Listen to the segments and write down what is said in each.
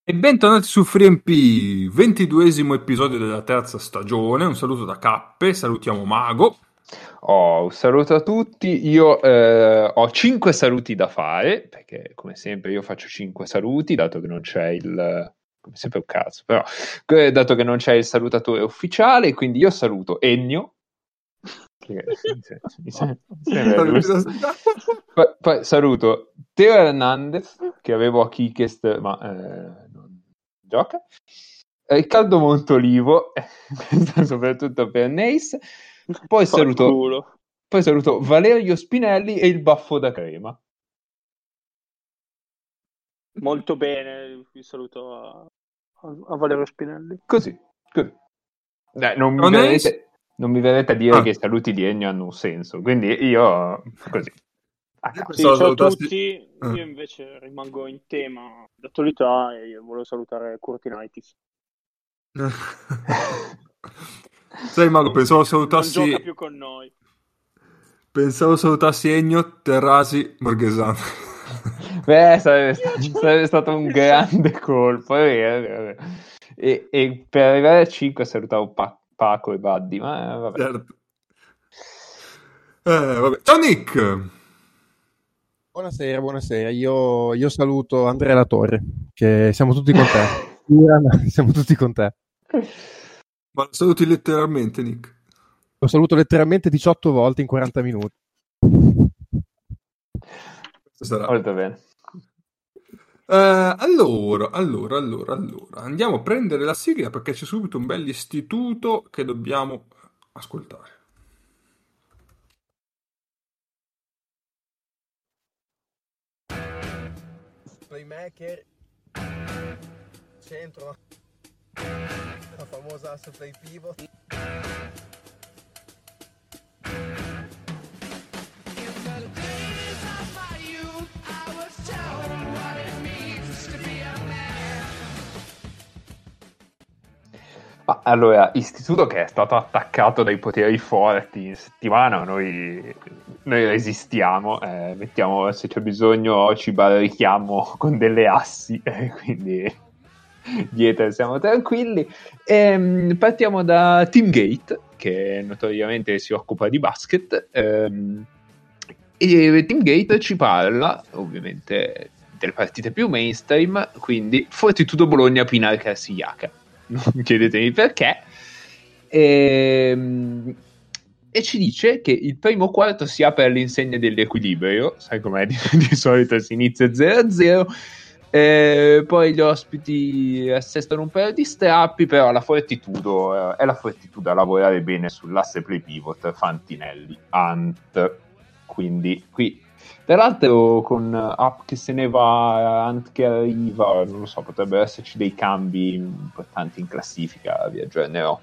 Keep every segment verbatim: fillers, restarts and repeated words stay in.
E bentornati su FreeMP, ventiduesimo episodio della terza stagione. Un saluto da Cappe, salutiamo Mago. Oh, un saluto a tutti. Io eh, ho cinque saluti da fare, perché come sempre io faccio cinque saluti, dato che non c'è il... come sempre un cazzo, però dato che non c'è il salutatore ufficiale, quindi io saluto Ennio, che mi sembra giusto. Poi, poi saluto Teo Hernandez, che avevo a Kikest, ma eh, non gioca. Riccardo Montolivo, soprattutto per Neis. Poi saluto, poi saluto Valerio Spinelli e il baffo da crema. Molto bene, vi saluto a, a Valerio Spinelli. Così, così. Dai, non, mi verrete, non mi verrete a dire ah. che i saluti di Ennio hanno un senso, quindi io così. Sì, ciao a tutti, io invece rimango in tema d'attualità e io volevo salutare Curtinaitis. Sai Mago, pensavo salutassi... Non gioca più con noi. Pensavo salutassi Ennio, Terrasi, Borghesano. Beh, sarebbe, sarebbe stato un grande colpo, è vero, è vero. E, e per arrivare a cinque salutavo pa- Paco e Buddy, ma eh, vabbè. Certo. Eh, vabbè. Ciao Nick! Buonasera, buonasera. Io, io saluto Andrea Latorre, che siamo tutti con te. Siamo tutti con te. Ma lo saluti letteralmente, Nick? Lo saluto letteralmente diciotto volte in quaranta minuti. Sarà. Molto bene. Uh, allora, allora, allora, allora, andiamo a prendere la sigla perché c'è subito un bel istituto che dobbiamo ascoltare. Playmaker, centro, la famosa asse play pivot. Ma allora, istituto che è stato attaccato dai poteri forti in settimana, noi, noi resistiamo, eh, mettiamo, se c'è bisogno ci barrichiamo con delle assi, eh, quindi dietro siamo tranquilli. E, partiamo da Teamgate, che notoriamente si occupa di basket, ehm, e Teamgate ci parla, ovviamente, delle partite più mainstream, quindi Fortitudo Bologna Pinar Casigliaca. Non chiedetemi perché. E, e ci dice che il primo quarto si apre all'insegna dell'equilibrio, sai com'è, di, di solito si inizia zero a zero, e poi gli ospiti assestano un paio di strappi, però la Fortitudo eh, è la Fortitudo a lavorare bene sull'asse play pivot Fantinelli Ant, quindi qui tra l'altro con Up che se ne va, Ant che arriva, non lo so, potrebbero esserci dei cambi importanti in classifica, vi aggiornerò.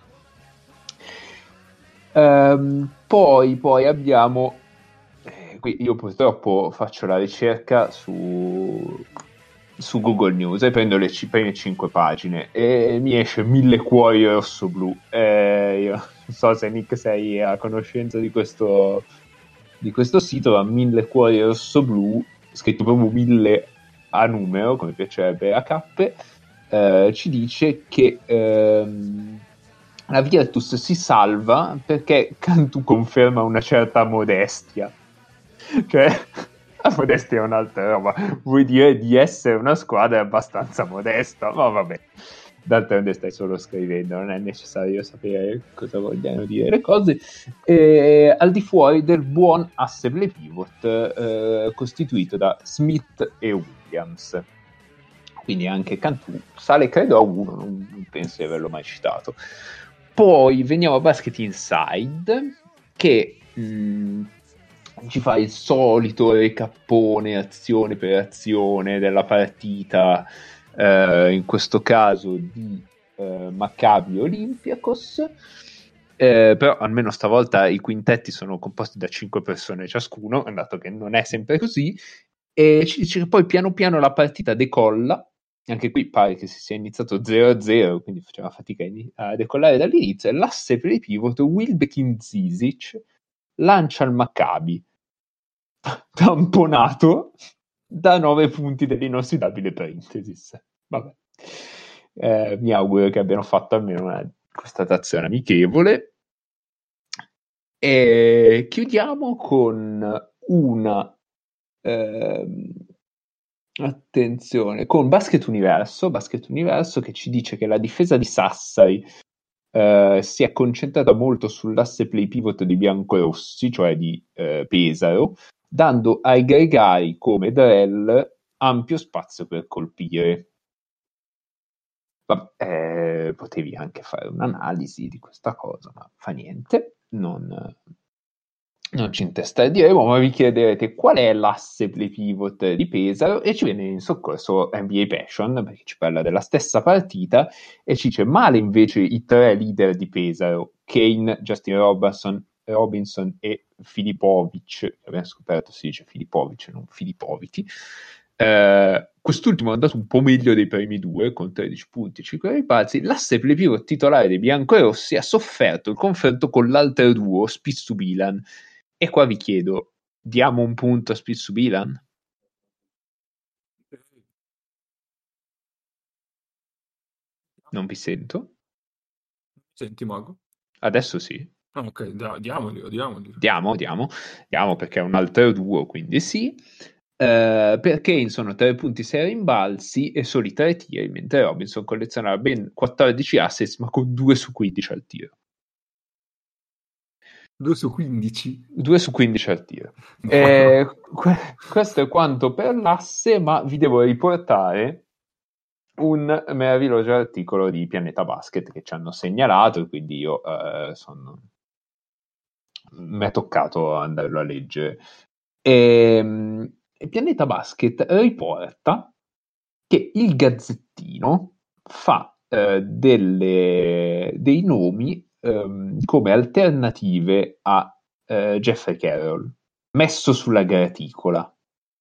Ehm, poi, poi abbiamo, eh, qui io purtroppo faccio la ricerca su, su Google News e prendo le c- prime cinque pagine e mi esce mille cuori rosso-blu. Eh, io non so se Nick sei a conoscenza di questo... di questo sito, a mille cuori rosso-blu, scritto proprio mille a numero, come piacerebbe a cappe, eh, ci dice che ehm, la Virtus si salva perché Cantù conferma una certa modestia. Cioè, la modestia è un'altra roba. Vuol dire di essere una squadra abbastanza modesta, ma vabbè. D'altronde stai solo scrivendo, non è necessario sapere cosa vogliano dire le cose. E, al di fuori del buon asse play pivot eh, costituito da Smith e Williams, quindi anche Cantù sale credo a uno, non, non penso di averlo mai citato. Poi veniamo a Basket Inside, che mh, ci fa il solito recappone azione per azione della partita, Uh, in questo caso di uh, Maccabi Olympiacos, uh, però almeno stavolta i quintetti sono composti da cinque persone ciascuno, dato che non è sempre così, e ci dice che poi piano piano la partita decolla. Anche qui pare che si sia iniziato zero a zero, quindi faceva fatica a decollare dall'inizio, e l'asse per il pivot Wilbekin Zizic lancia il Maccabi tamponato da nove punti dell'inossidabile Parenthesis. Vabbè. eh, mi auguro che abbiano fatto almeno una constatazione amichevole. E chiudiamo con una ehm, attenzione, con Basket Universo, Basket Universo che ci dice che la difesa di Sassari eh, si è concentrata molto sull'asse play pivot di biancorossi, cioè di eh, Pesaro, dando ai gregari come Drell ampio spazio per colpire. Vabbè, eh, potevi anche fare un'analisi di questa cosa, ma fa niente, non, non ci intestaremo, ma vi chiederete qual è l'asse play pivot di Pesaro e ci viene in soccorso N B A Passion, perché ci parla della stessa partita e ci dice male invece i tre leader di Pesaro, Kane, Justin Robinson, Robinson e Filipovic. Abbiamo scoperto si dice Filipovic, non Filipoviti. Eh, quest'ultimo è andato un po' meglio dei primi due con tredici punti e cinque ripalzi. L'asse play pivot titolare dei biancorossi ha sofferto il confronto con l'altro duo Spitz-Bilan. E qua vi chiedo, diamo un punto a Spitz-Bilan? Non vi sento? Senti, Mago? Adesso sì. Ah, ok, da, diamoli, diamoli. Diamo, diamo, diamo perché è un altro duo, quindi sì. Uh, perché sono tre punti sei rimbalzi e soli tre tiri, mentre Robinson collezionerà ben quattordici assist, ma con due su quindici al tiro. due su quindici? due su quindici al tiro. No. Eh, que- questo è quanto per l'asse, ma vi devo riportare un meraviglioso articolo di Pianeta Basket che ci hanno segnalato, quindi io eh, sono... mi è toccato andarlo a leggere. E, e Pianeta Basket riporta che il Gazzettino fa eh, delle, dei nomi eh, come alternative a eh, Jeffrey Carroll, messo sulla graticola.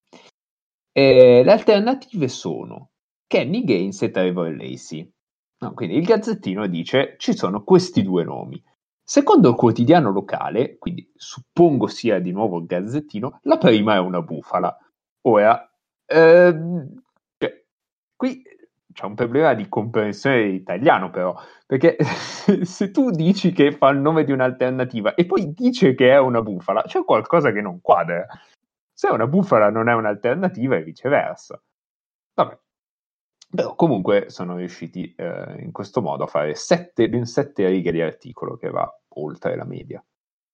E le alternative sono Kenny Gaines e Trevor Lacey. No, quindi il Gazzettino dice ci sono questi due nomi. Secondo il quotidiano locale, quindi suppongo sia di nuovo il Gazzettino, la prima è una bufala. Ora, ehm, cioè, qui c'è un problema di comprensione dell'italiano però, perché se tu dici che fa il nome di un'alternativa e poi dice che è una bufala, c'è qualcosa che non quadra. Se è una bufala non è un'alternativa e viceversa. Vabbè. Però comunque sono riusciti eh, in questo modo a fare sette, ben sette righe di articolo, che va oltre la media.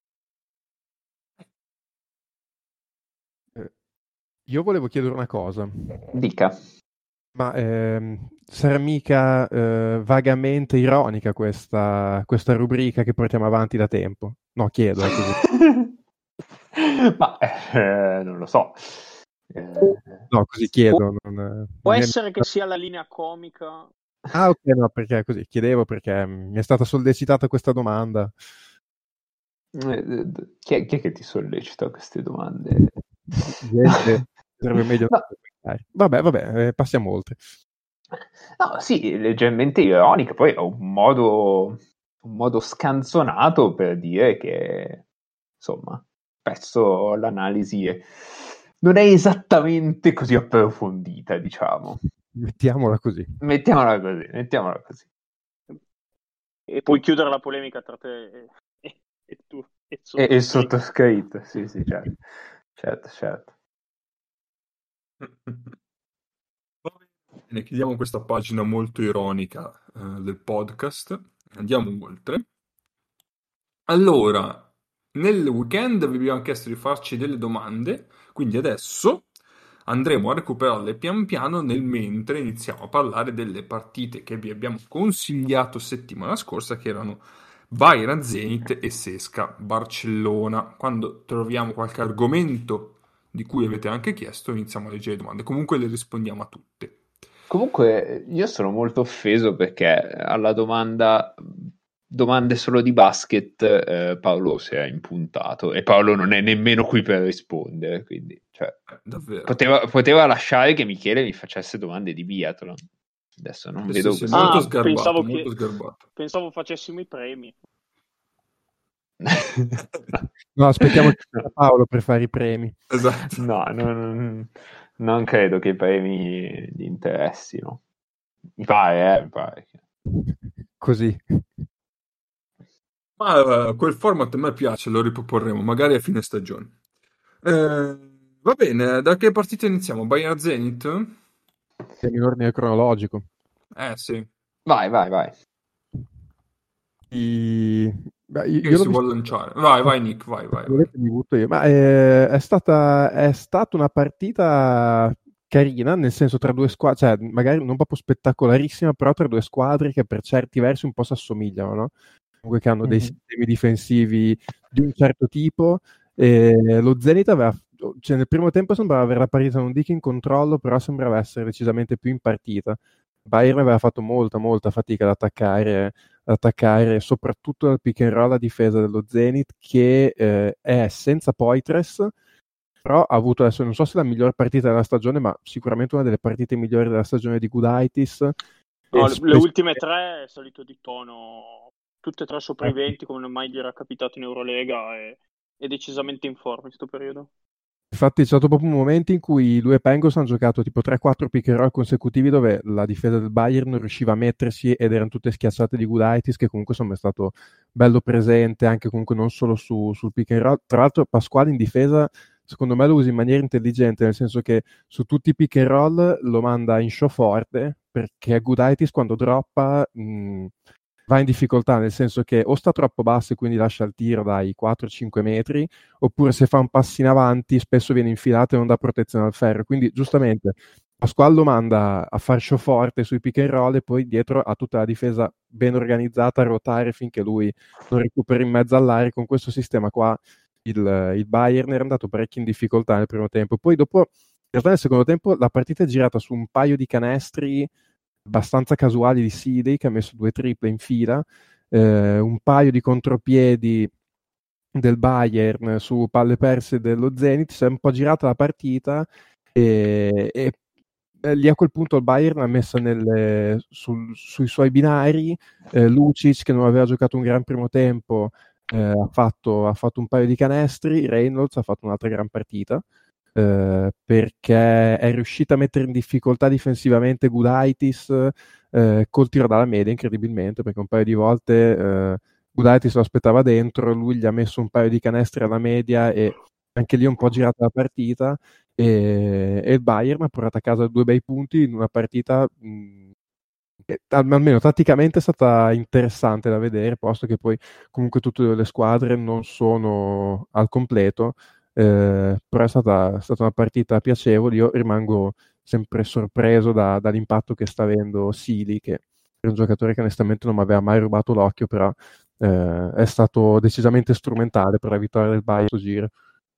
Eh, io volevo chiedere una cosa. Dica. Ma ehm, sarà mica eh, vagamente ironica questa, questa rubrica che portiamo avanti da tempo? No, chiedo. È così. Ma eh, non lo so. Eh, no, così chiedo. Non, può non essere è... che sia la linea comica. Ah, ok, no, perché così chiedevo perché mi è stata sollecitata questa domanda. Eh, chi, è, chi è che ti sollecita queste domande? Gente, sarebbe meglio. No. Vabbè, vabbè, eh, passiamo oltre. No, sì, leggermente ironica, poi è un modo, un modo scanzonato per dire che, insomma, spesso l'analisi è, non è esattamente così approfondita, diciamo. Mettiamola così. Mettiamola così, mettiamola così. E puoi chiudere la polemica tra te e, e tu. E, e il sottoscritto, sì, sì, certo, certo, certo. Ne chiudiamo questa pagina molto ironica eh, del podcast. Andiamo oltre. Allora, nel weekend vi abbiamo chiesto di farci delle domande, quindi adesso andremo a recuperarle pian piano nel mentre iniziamo a parlare delle partite che vi abbiamo consigliato settimana scorsa, che erano Bayern Zenit e Sesca Barcellona. Quando troviamo qualche argomento di cui avete anche chiesto, iniziamo a leggere le domande. Comunque le rispondiamo a tutte. Comunque io sono molto offeso perché alla domanda domande solo di basket eh, Paolo si è impuntato e Paolo non è nemmeno qui per rispondere, quindi cioè, Davvero. Poteva, poteva lasciare che Michele mi facesse domande di biathlon. Adesso non sì, vedo sì, questo. molto ah, sgarbato, pensavo, molto che, sgarbato. pensavo facessimo i premi. No, aspettiamo che sia Paolo per fare i premi. Esatto. No, non, non credo che i premi gli interessino. Mi pare, eh, mi pare. Così. Ma eh, quel format a me piace, lo riproporremo, magari a fine stagione. Eh, va bene, da che partita iniziamo? Bayern Zenit? In ordine cronologico. Eh sì. Vai, vai, vai. I... Beh, io, Chi io l'ho si visto... vuole lanciare? Vai, vai Nick, vai, vai, vai. Volete, mi butto io. Ma eh, è stata, è stata una partita carina, nel senso tra due squadre, cioè magari non proprio spettacolarissima, però tra due squadre che per certi versi un po' si assomigliano, no? Comunque che hanno dei Mhm. sistemi difensivi di un certo tipo. E lo Zenit aveva, cioè nel primo tempo sembrava avere la partita, non dico in controllo, però sembrava essere decisamente più in partita. Bayern aveva fatto molta, molta fatica ad attaccare, ad attaccare soprattutto dal pick and roll la difesa dello Zenit, che eh, è senza Poitres, però ha avuto adesso, non so se la miglior partita della stagione, ma sicuramente una delle partite migliori della stagione di Gudaitis. No, E le, spes- le ultime tre è salito di tono, tutte e tre sopra i venti, come non mai gli era capitato in Eurolega, e è decisamente in forma in questo periodo. Infatti c'è stato proprio un momento in cui lui e Pengos hanno giocato tipo tre quattro pick and roll consecutivi dove la difesa del Bayern non riusciva a mettersi ed erano tutte schiacciate di Gudaitis, che comunque insomma è stato bello presente anche comunque non solo su, sul pick and roll. Tra l'altro Pasquale in difesa secondo me lo usa in maniera intelligente, nel senso che su tutti i pick and roll lo manda in show forte, perché Gudaitis quando droppa mh, va in difficoltà, nel senso che o sta troppo basso e quindi lascia il tiro dai quattro cinque metri, oppure se fa un passo in avanti spesso viene infilato e non dà protezione al ferro. Quindi giustamente Pasquale lo manda a far show forte sui pick and roll e poi dietro ha tutta la difesa ben organizzata a ruotare finché lui non recupera in mezzo all'area. Con questo sistema qua il, il Bayern era andato parecchio in difficoltà nel primo tempo. Poi dopo, in realtà nel secondo tempo la partita è girata su un paio di canestri abbastanza casuali di Seedey, che ha messo due triple in fila, eh, un paio di contropiedi del Bayern su palle perse dello Zenit. Si è un po' girata la partita e, e eh, lì a quel punto il Bayern ha messo nelle, sul, sui suoi binari eh, Lucic, che non aveva giocato un gran primo tempo, eh, ha, fatto, ha fatto un paio di canestri. Reynolds ha fatto un'altra gran partita, eh, perché è riuscita a mettere in difficoltà difensivamente Gudaitis eh, col tiro dalla media, incredibilmente, perché un paio di volte eh, Gudaitis lo aspettava dentro, lui gli ha messo un paio di canestri alla media e anche lì un po' girata la partita, e, e il Bayern ha portato a casa due bei punti in una partita mh, che almeno tatticamente è stata interessante da vedere, posto che poi comunque tutte le squadre non sono al completo, eh, però è stata, è stata una partita piacevole. Io rimango sempre sorpreso da, dall'impatto che sta avendo Sili, che è un giocatore che onestamente non mi aveva mai rubato l'occhio, però eh, è stato decisamente strumentale per la vittoria del Bayern questo giro.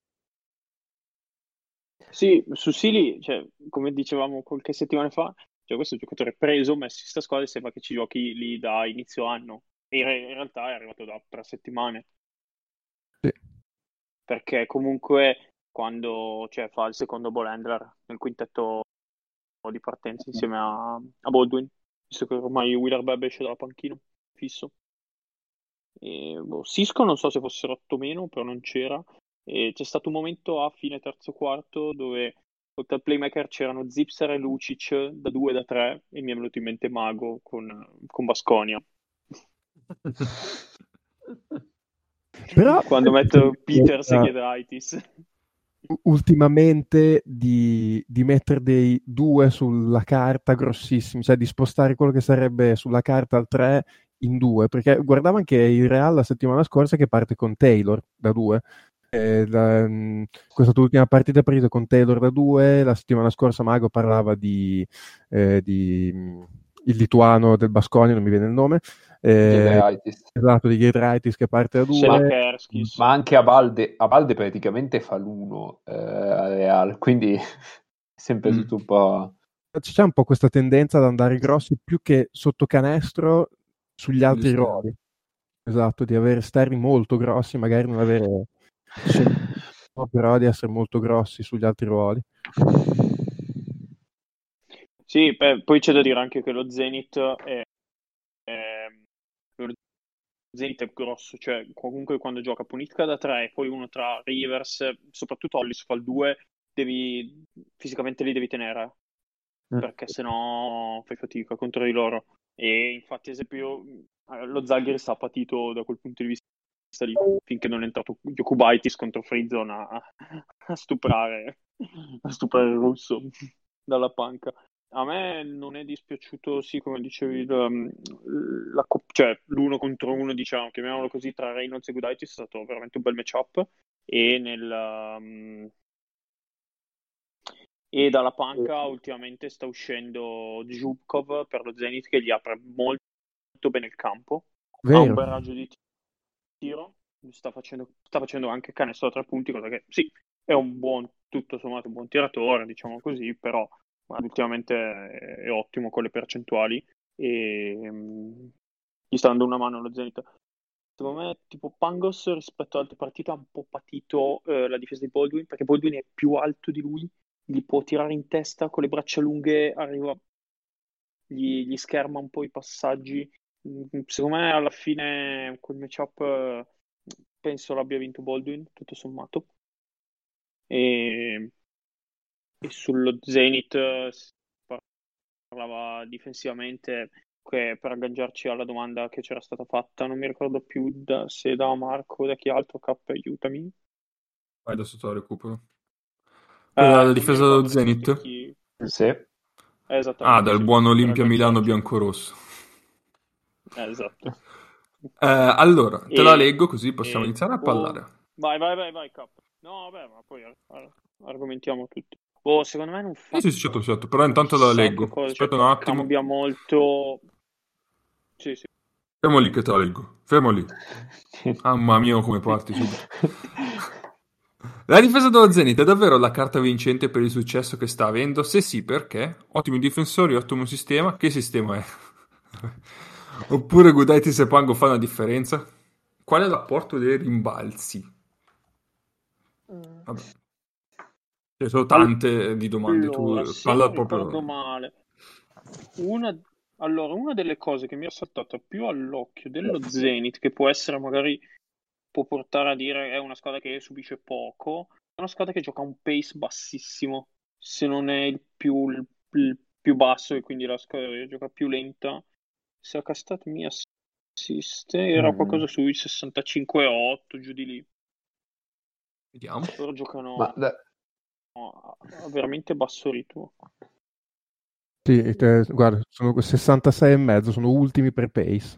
Sì, su Sili, cioè, come dicevamo qualche settimana fa, cioè, questo è un giocatore preso, messo in sta squadra e sembra che ci giochi lì da inizio anno. E in, re- in realtà è arrivato da tre settimane, Sì. perché comunque quando cioè, fa il secondo ball handler nel quintetto di partenza insieme a, a Baldwin, visto che ormai Wheeler Webb esce dalla panchina, fisso. E, boh, Sisco non so se fosse rotto o meno, però non c'era. E c'è stato un momento a fine terzo quarto dove oltre al playmaker c'erano Zipser e Lucic da due da tre e mi è venuto in mente Mago con, con Baskonia. Però Quando metto Peters e Giedraitis. ultimamente di, di mettere dei due sulla carta grossissimi, cioè di spostare quello che sarebbe sulla carta al tre in due, perché guardavo anche il Real la settimana scorsa che parte con Taylor da due. Eh, la, mh, questa ultima partita è partita con Taylor da due. La settimana scorsa Mago parlava di, eh, di mh, il lituano del Baskonia, non mi viene il nome, eh, esatto, di Giedraitis che parte da due. Selekerskis. Ma anche a Balde, a Balde praticamente fa l'uno eh, a Real, quindi sempre Mm. tutto un po'... C'è un po' questa tendenza ad andare grossi più che sotto canestro sugli altri Sì. ruoli. Esatto, di avere esterni molto grossi, magari non avere cento, però di essere molto grossi sugli altri ruoli. Sì, beh, poi c'è da dire anche che lo Zenit è, è, lo Zenit è grosso, cioè comunque quando gioca Punitka da tre e poi uno tra Rivers, soprattutto Hollis fa il due, devi, fisicamente li devi tenere. Mm. perché sennò fai fatica contro di loro. E infatti, ad esempio, eh, lo Zalgiris ha patito da quel punto di vista lì, finché non è entrato Jokubaitis contro Frizzon a, a stuprare a stuprare il russo dalla panca. A me non è dispiaciuto, sì, come dicevi, la, la co- cioè l'uno contro uno, diciamo, chiamiamolo così, tra Reynolds e Gudaitis è stato veramente un bel matchup. E nel um, e dalla panca ultimamente sta uscendo Zhubkov per lo Zenit, che gli apre molto bene il campo, ha un Vero. bel raggio di tiro, sta facendo, sta facendo anche canestro da tre punti, cosa che sì, è un buon, tutto sommato un buon tiratore, diciamo così, però guarda, ultimamente è, è ottimo con le percentuali e um, gli sta dando una mano allo Zenit. Secondo me, tipo Pangos rispetto ad altre partite ha un po' patito eh, la difesa di Baldwin, perché Baldwin è più alto di lui, gli può tirare in testa con le braccia lunghe, arriva, gli, gli scherma un po' i passaggi. Mm, Secondo me, alla fine, quel matchup eh, penso l'abbia vinto Baldwin, tutto sommato. E, e sullo Zenit eh, si parlava difensivamente, che per agganciarci alla domanda che c'era stata fatta, non mi ricordo più da, se da Marco o da chi altro, K, aiutami. Vai, adesso te lo recupero. Eh, Quella della non mi difesa ricordo dello neanche Zenit? chi. Sì. Eh, Ah, esattamente, dal sì, buon per Olimpia Milano agganciarci. biancorosso. Eh, esatto. Eh, allora, te la E, leggo così possiamo e iniziare a boh, parlare. vai, vai, vai, vai, K. No, vabbè, ma poi ar- ar- argomentiamo tutto. Boh, secondo me non Sì, fa sì, sì, certo, certo, però intanto la chissà che leggo. cosa, cioè Aspetta un attimo. cambia molto. Sì, sì. Fermo lì che te la leggo. Fermo lì. Mamma mia, come parti subito. La difesa dello Zenit è davvero la carta vincente per il successo che sta avendo? Se sì, perché? Ottimi difensori, ottimo sistema. Che sistema è? Oppure Gudaitis e Pango fanno la differenza? Qual è l'apporto dei rimbalzi? Vabbè, ci sono tante di domande. Allora, Tu se parla non ricordo proprio. male, una, allora, una delle cose che mi è saltata più all'occhio dello Zenit, che può essere magari, può portare a dire è una squadra che subisce poco, è una squadra che gioca a un pace bassissimo, se non è il più, il, il più basso, e quindi la squadra che gioca più lenta. Se a Castat mi assiste, era Mm. qualcosa sui sessantacinque virgola otto, giù di lì. Vediamo. Loro Ma giocano da- a, a veramente basso ritmo. Sì, te- guarda, sono sessantasei e mezzo, sono ultimi per pace.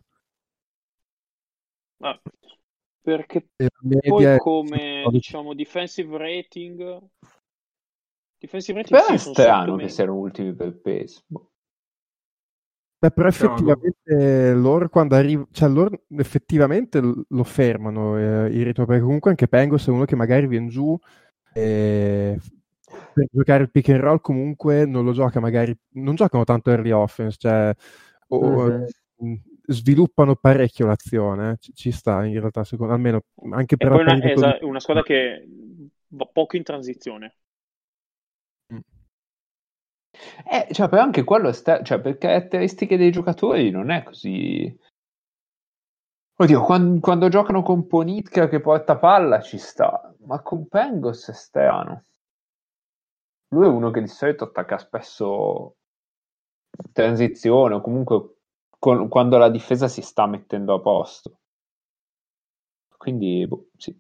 Ah, perché E la poi media è come dodici. diciamo defensive rating, defensive rating Però sì, è sono sotto strano che me. siano ultimi per pace. Boh. Beh, però Chiamago. effettivamente loro quando arriva, cioè loro effettivamente l- lo fermano eh, il ritmo, perché comunque anche Pengos è uno che magari viene giù e per giocare il pick and roll comunque non lo gioca, magari non giocano tanto early offense, cioè o- Mhm. mh, sviluppano parecchio l'azione, eh. Ci, ci sta in realtà, secondo, almeno anche E per la poi una, partita è così. esa- una squadra che va poco in transizione. Mm. Eh, cioè, però anche quello è sta- cioè, per caratteristiche dei giocatori non è così. Oddio, quan- quando, giocano con Ponitka che porta palla ci sta, ma con Pengos è strano. Lui è uno che di solito attacca spesso in transizione o comunque con- quando la difesa si sta mettendo a posto. Quindi, boh, sì.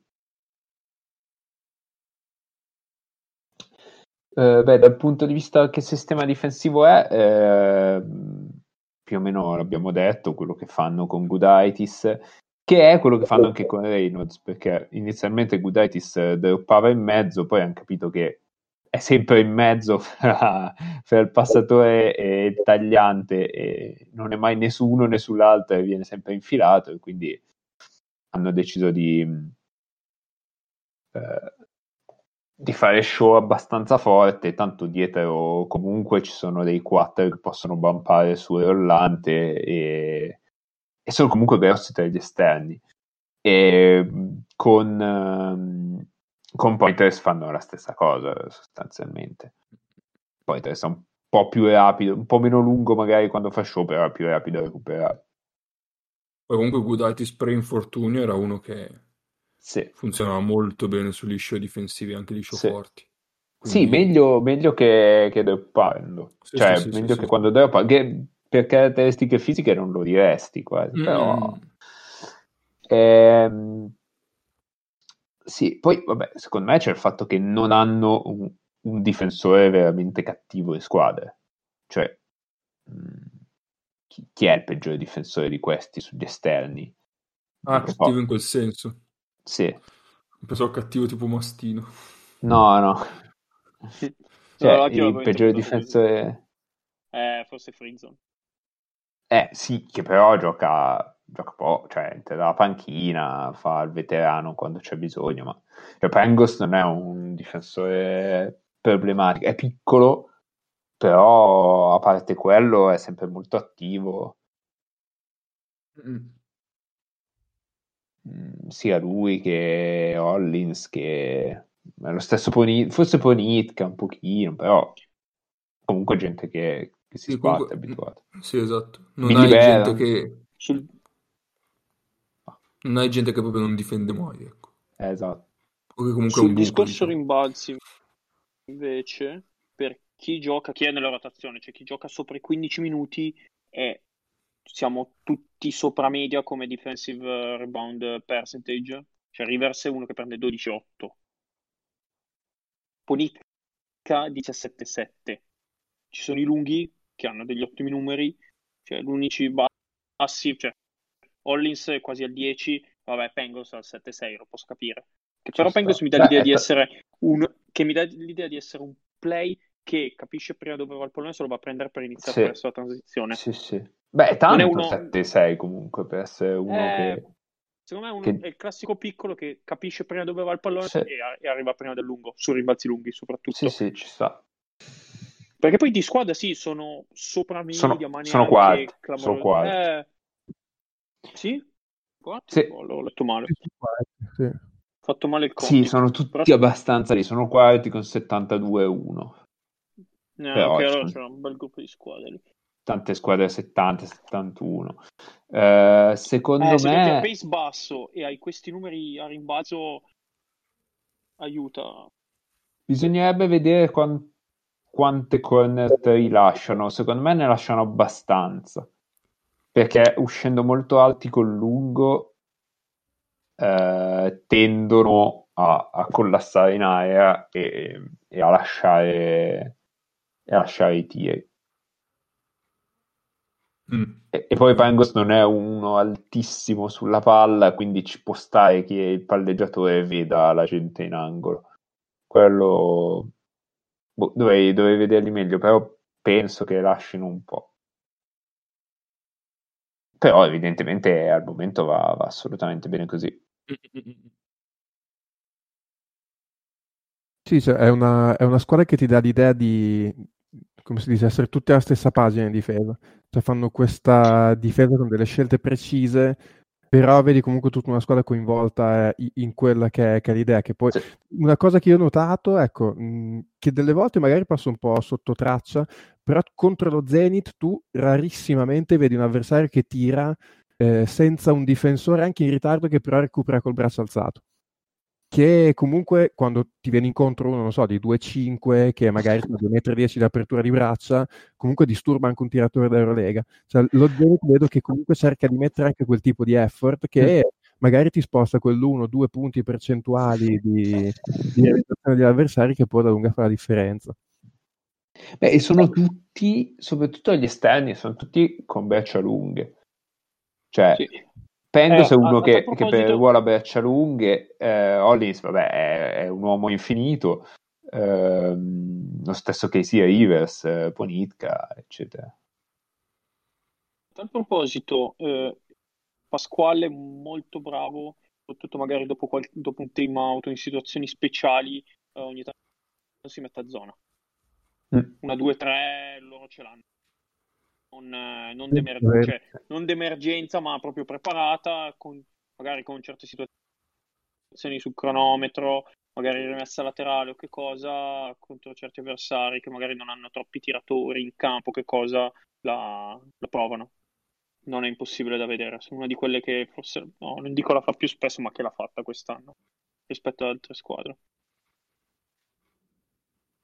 Eh, beh, dal punto di vista che sistema difensivo è, eh, più o meno l'abbiamo detto, quello che fanno con Gudaitis, che è quello che fanno anche con Reynolds, perché inizialmente Gudaitis eh, droppava in mezzo, poi hanno capito che è sempre in mezzo fra, fra il passatore e il tagliante, e non è mai nessuno né sull'altro e viene sempre infilato, e quindi hanno deciso di... Eh, di fare show abbastanza forte, tanto dietro comunque ci sono dei quattro che possono bumpare su Rollante e, e sono comunque grossi tra gli esterni. E con, um, con Pointers fanno la stessa cosa sostanzialmente. Pointers è un po' più rapido, un po' meno lungo magari quando fa show, però è più rapido a recuperare. Poi comunque Gudaitis pre-infortunio era uno che Sì, funzionava molto bene sugli show difensivi, anche gli show sì. forti. Sì, Quindi, meglio, meglio che, che droppando. sì, sì, Cioè, sì, sì, meglio sì, che sì. quando droppa, che per caratteristiche fisiche non lo diresti quasi, però... Mm. Ehm, sì, poi vabbè, secondo me c'è il fatto che non hanno un, un difensore veramente cattivo in squadra. Cioè, mh, chi, chi è il peggiore difensore di questi sugli esterni? Ah, Non lo cattivo so. in quel senso. Sì, Pensavo cattivo tipo Mastino. no, no. Allora, Cioè, anche io il l'avevo peggiore interpretato così. difensore... Eh, forse Frizzon. Eh sì, che però gioca, gioca poco, cioè entra dalla panchina, fa il veterano quando c'è bisogno, ma cioè, Pangos non è un difensore problematico, è piccolo, però a parte quello è sempre molto attivo, Mm. mm, sia lui che Hollins, che è lo stesso Poni, forse Ponitka un pochino, però comunque gente che, che si Sì, sbatte, comunque, abituata. mm, sì, esatto. Non Billy hai gente Bevan, che Sul... non hai gente che proprio non difende mai, ecco. eh, esatto. O che comunque è Sul un buco, discorso diciamo. rimbalzi, invece, per chi gioca, chi è nella rotazione, cioè chi gioca sopra i quindici minuti, e siamo tutti sopra media come defensive eh, rebound percentage. Cioè Rivers è uno che prende dodici virgola otto. Ponitka diciassette virgola sette. Ci sono i lunghi che hanno degli ottimi numeri, cioè l'unici bassi, cioè Hollins è quasi al dieci, vabbè, Pengos al sette virgola sei, lo posso capire. Che Ci però sta. Pengos mi dà Beh, l'idea è di ta- essere un che mi dà l'idea di essere un play che capisce prima dove va il pallone, se lo va a prendere per iniziare Sì, presto la transizione. sì, sì. Beh, è Non è tanto uno sette sei comunque per essere uno eh, che... secondo me è, uno- che... è il classico piccolo che capisce prima dove va il pallone Sì, e, e arriva prima del lungo, su rimbalzi lunghi sì, soprattutto. sì, ci sta. Perché poi di squadra sì, sono sopra media, Sono, ma sono quarti, neanche sono clamoroso. quarti. Eh, sì? Quarti? Sì, Oh, l'ho letto male. Sì, sì, sì. Ho fatto male il sì, conto. sono Però, tutti abbastanza lì, sono quarti con settantadue uno. eh, ok, Però ci allora sono c'era un bel gruppo di squadre lì. tante squadre settanta settantuno. Eh, Eh, secondo se giochi a me pace basso e hai questi numeri a rimbalzo, aiuta. bisognerebbe vedere quan- quante corner rilasciano. Secondo me ne lasciano abbastanza. Perché uscendo molto alti col lungo eh, tendono a, a collassare in aria e, e a lasciare, e a lasciare i tiri. Mm. E, e poi Pangos non è uno altissimo sulla palla, quindi ci può stare che il palleggiatore veda la gente in angolo. Quello boh, dovrei, dovrei vederli meglio, però penso che lasciano un po'. Però evidentemente al momento va, va assolutamente bene così. Sì, cioè, è una, è una squadra che ti dà l'idea di, come si dice, essere tutte alla stessa pagina in difesa. Cioè fanno questa difesa con delle scelte precise, però vedi comunque tutta una squadra coinvolta eh, i- in quella che è, che è l'idea. Che poi, Sì. una cosa che io ho notato, ecco, mh, che delle volte magari passa un po' sotto traccia, però contro lo Zenith tu rarissimamente vedi un avversario che tira eh, senza un difensore anche in ritardo che però recupera col braccio alzato. Che comunque quando ti viene incontro uno, non so, di due virgola cinque che magari ha due virgola dieci metri di apertura di braccia, comunque disturba anche un tiratore d'Eurolega. Cioè, lo Zenit vedo che comunque cerca di mettere anche quel tipo di effort che magari ti sposta quell'uno due punti percentuali di, di realizzazione degli avversari che può alla lunga fare la differenza. Beh, e sono tutti, soprattutto agli esterni, sono tutti con braccia lunghe. Cioè, Sì. Pengos Eh, è a, uno a tal che, che per proposito, ruola braccia lunghe, eh, Hollins, vabbè, è, è un uomo infinito, ehm, lo stesso che sia Rivers, eh, Ponitka, eccetera. a tal proposito eh, Pasquale è molto bravo, soprattutto magari dopo, qual- dopo un time out o in situazioni speciali, eh, ogni tanto si mette a zona. Mm. Una, due, tre, loro ce l'hanno. Non, eh, non Sì, è d'emer- vero. cioè, non d'emergenza, ma proprio preparata, con- magari con certe situazioni sul cronometro, magari rimessa laterale o che cosa, contro certi avversari che magari non hanno troppi tiratori in campo, che cosa la, la provano. Non è impossibile da vedere. Sono una di quelle che forse, no, non dico la fa più spesso, ma che l'ha fatta quest'anno rispetto ad altre squadre.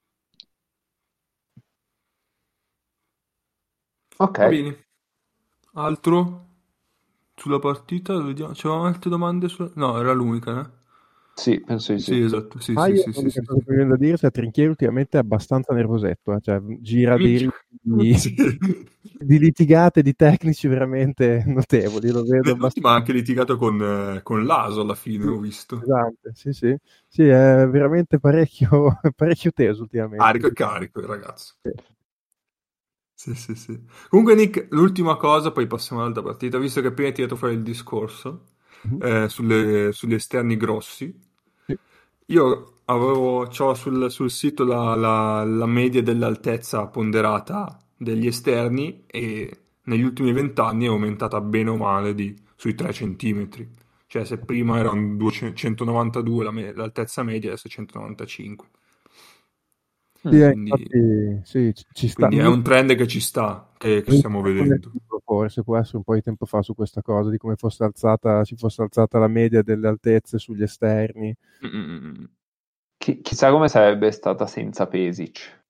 Ok. Va bene. Altro sulla partita? Vediamo. C'erano altre domande? Su... No, era l'unica, eh? Sì, penso di Sì, sì. esatto. Sì, Ah, sì, io sì, sì, l'unica sì, cosa sì. che mi viene da dire è che Trinchieri ultimamente è abbastanza nervosetto, eh, cioè gira dei Minchia. ritmi Sì. di litigate di tecnici veramente notevoli, lo vedo Nell'ultima ha abbastanza anche litigato con, eh, con l'Aso alla fine, ho visto. pesante, sì, sì, sì, è veramente parecchio, parecchio teso ultimamente. Carico e carico il ragazzo. Sì. Sì, sì, sì. Comunque, Nick, l'ultima cosa, poi passiamo all'altra partita, visto che appena hai tirato fuori il discorso Mhm. eh, sulle- sugli esterni grossi. Sì. Io avevo, c'ho sul, sul sito la, la- la media dell'altezza ponderata degli esterni e negli ultimi vent'anni è aumentata bene o male di, sui tre centimetri. Cioè se prima era un duecentonovantadue la me- l'altezza media, adesso è centonovantacinque. Sì, Mm. eh, Quindi, infatti sì, ci, ci sta. quindi è un trend che ci sta, che, che stiamo vedendo. Forse può essere un po' di tempo fa su questa cosa, di come fosse alzata, si fosse alzata la media delle altezze sugli esterni. Mm, mm, mm. Chi- chissà come sarebbe stata senza Pesic.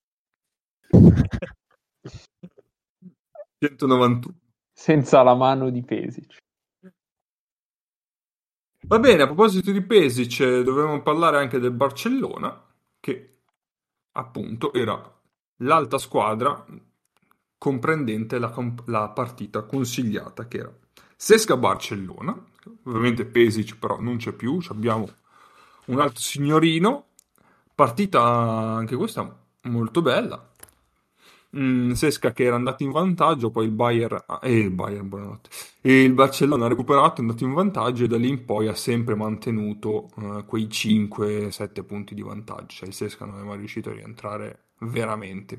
centonovantuno. Senza la mano di Pesic. Va bene, a proposito di Pesic, eh, dovevamo parlare anche del Barcellona, che appunto era l'alta squadra comprendente la, comp- la partita consigliata, che era Sesca-Barcellona. Ovviamente Pesic però non c'è più, ci abbiamo un altro signorino. Partita anche questa molto bella. Mm, Sesca che era andato in vantaggio, poi il Bayern, ah, e il Bayern, buonanotte, e il Barcellona ha recuperato, è andato in vantaggio e da lì in poi ha sempre mantenuto eh, quei cinque sette punti di vantaggio, cioè il Sesca non è mai riuscito a rientrare veramente.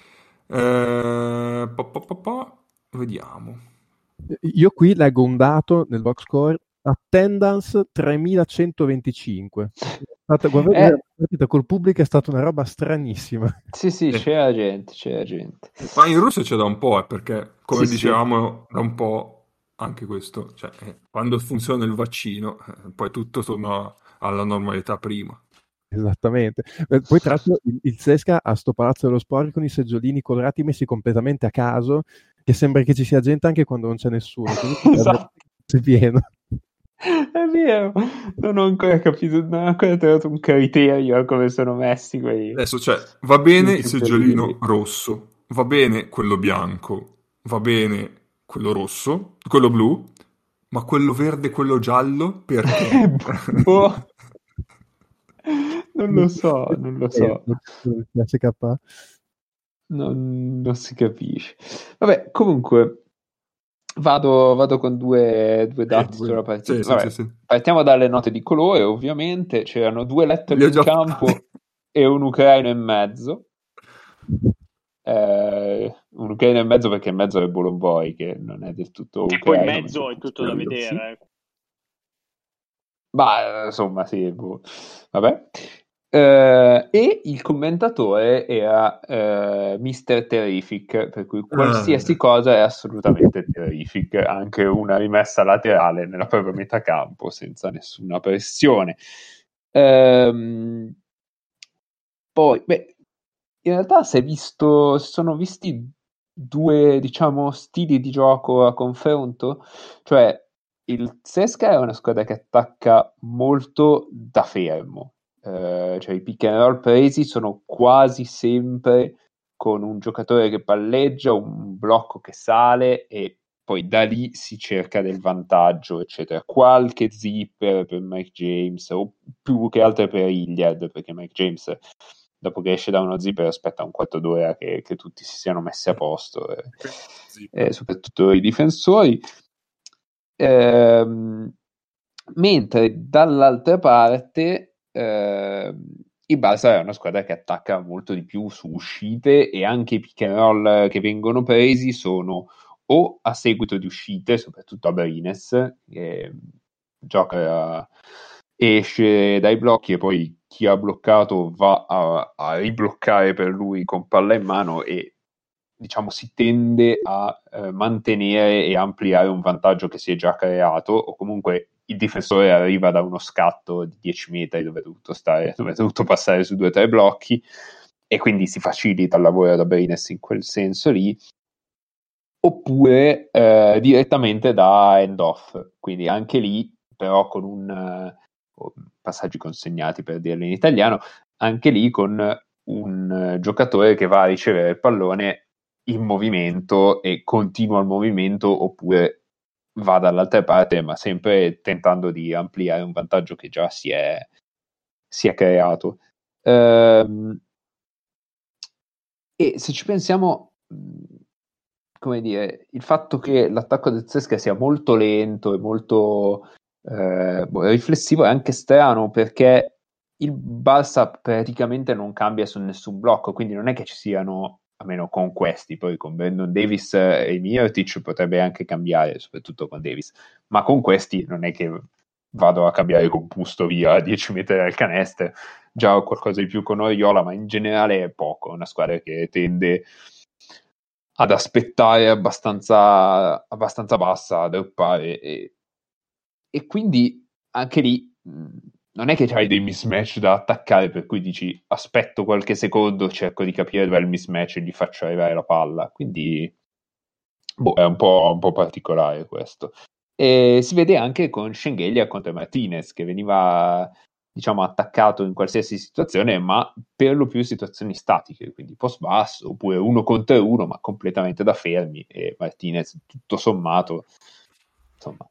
Eh, pa, pa, pa, pa, vediamo. Io qui leggo un dato nel box score, attendance tremilacentoventicinque. È stata- guardate, la Eh, partita col pubblico è stata una roba stranissima. sì, sì, Eh, c'era gente, c'era gente. ma in Russia c'è da un po', eh, perché Sì, come sì. dicevamo da un po' anche questo, cioè eh, quando funziona il vaccino, eh, poi tutto torna alla normalità prima. Esattamente. Eh, Poi tra l'altro il, il Sesca ha sto Palazzo dello Sport con i seggiolini colorati messi completamente a caso, che sembra che ci sia gente anche quando non c'è nessuno, quindi è Esatto. veramente pieno. È vero, non ho ancora capito, non ho ancora trovato un criterio a come sono messi quei, Adesso, cioè, va bene quei il seggiolino seggiolini. rosso, va bene quello bianco, va bene quello rosso, quello blu, ma quello verde e quello giallo, perché? Boh, non lo so, non lo so, Il C S K A. non, non si capisce. Vabbè, comunque, vado, vado con due, due Eh, dati due- sulla sì, partita. sì, sì, Vabbè, sì. partiamo dalle note di colore, ovviamente. C'erano due Li lettori ho in già fatti. campo e un ucraino in mezzo. Eh, un ucraino in mezzo perché in mezzo è Boloboi, che non è del tutto E poi in ucraino, ma è mezzo è tutto da quello sì. vedere. Ma insomma, sì, boh. Vabbè. Eh, e il commentatore era eh, mister Terrific, per cui qualsiasi Ah, cosa è assolutamente terrific, anche una rimessa laterale nella propria metà campo senza nessuna pressione. Ehm, poi, beh, in realtà si è visto, si sono visti due, diciamo, stili di gioco a confronto, cioè il Sesca è una squadra che attacca molto da fermo, eh, cioè i pick and roll presi sono quasi sempre con un giocatore che palleggia, un blocco che sale e poi da lì si cerca del vantaggio, eccetera. Qualche zipper per Mike James o più che altro per Hilliard, perché Mike James dopo che esce da uno zipper aspetta un quarto d'ora che, che tutti si siano messi a posto, eh, eh, soprattutto i difensori. Ehm, mentre dall'altra parte eh, il Barça è una squadra che attacca molto di più su uscite e anche i pick and roll che vengono presi sono o a seguito di uscite, soprattutto a Brines, che gioca, esce dai blocchi e poi chi ha bloccato va a, a ribloccare per lui con palla in mano e diciamo si tende a eh, mantenere e ampliare un vantaggio che si è già creato o comunque il difensore arriva da uno scatto di dieci metri dove è dovuto stare, dove è dovuto passare su due o tre blocchi e quindi si facilita il lavoro da Brines in quel senso lì oppure eh, direttamente da end-off, quindi anche lì però con un uh, passaggi consegnati per dirlo in italiano, anche lì con un uh, giocatore che va a ricevere il pallone in movimento e continua il movimento, oppure va dall'altra parte, ma sempre tentando di ampliare un vantaggio che già si è, si è creato. Ehm, e se ci pensiamo, come dire, il fatto che l'attacco del Zesca sia molto lento e molto eh, riflessivo è anche strano, perché il Barça praticamente non cambia su nessun blocco, quindi non è che ci siano, almeno con questi, poi con Brandon Davis e Mirotic potrebbe anche cambiare, soprattutto con Davis, ma con questi non è che vado a cambiare con Busto via a dieci metri dal canestro, già ho qualcosa di più con Oriola, ma in generale è poco, una squadra che tende ad aspettare abbastanza, abbastanza bassa, ad droppare, e, e quindi anche lì mh, non è che hai dei mismatch da attaccare per cui dici aspetto qualche secondo, cerco di capire dove è il mismatch e gli faccio arrivare la palla, quindi boh, è un po', un po' particolare questo. E si vede anche con Schengelia contro Martinez, che veniva, diciamo, attaccato in qualsiasi situazione, ma per lo più situazioni statiche, quindi post basso, oppure uno contro uno, ma completamente da fermi, e Martinez tutto sommato, insomma,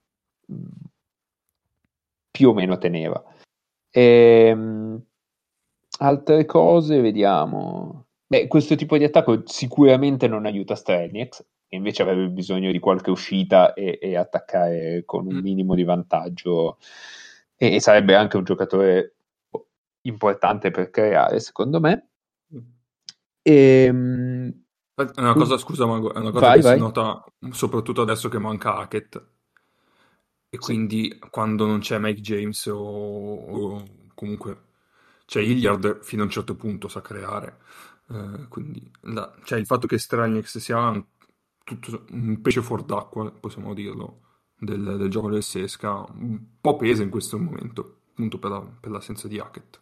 più o meno teneva. E, altre cose, vediamo. Beh, questo tipo di attacco sicuramente non aiuta Strelnieks, che invece avrebbe bisogno di qualche uscita e, e attaccare con un minimo di vantaggio, e, e sarebbe anche un giocatore importante per creare, secondo me. E, è una cosa, scusa Mago, è una cosa vai, che vai. si nota soprattutto adesso che manca Hackett, e Sì. quindi quando non c'è Mike James o, o comunque c'è Hilliard, fino a un certo punto sa creare. Eh, quindi la- cioè il fatto che Strelnieks sia un, tutto, un pesce fuor d'acqua, possiamo dirlo, del, del gioco del Sesca, un po' pesa in questo momento, appunto per, la- per l'assenza di Hackett.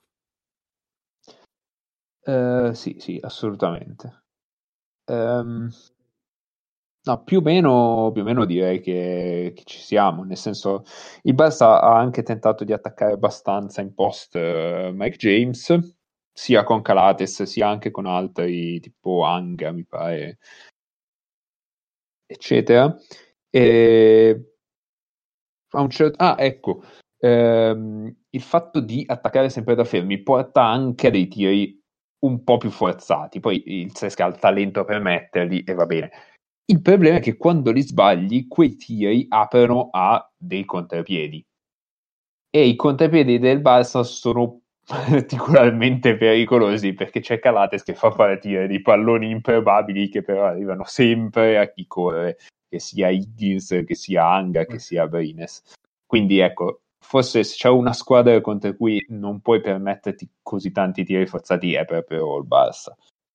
Uh, sì, sì, assolutamente. Um, no, più o meno, più o meno direi che, che ci siamo, nel senso il Barça ha anche tentato di attaccare abbastanza in post uh, Mike James, sia con Calates sia anche con altri tipo Anga, mi pare, eccetera. E a un certo... Ah, ecco, ehm, il fatto di attaccare sempre da fermi porta anche a dei tiri un po' più forzati, poi il Cesca ha il talento per metterli e va bene. Il problema è che quando li sbagli, quei tiri aprono a dei contropiedi, e i contropiedi del Barça sono particolarmente pericolosi, perché c'è Calates che fa partire dei palloni improbabili che però arrivano sempre a chi corre, che sia Higgins, che sia Anga, che sia Brines. Quindi ecco, forse se c'è una squadra contro cui non puoi permetterti così tanti tiri forzati è proprio il Barça.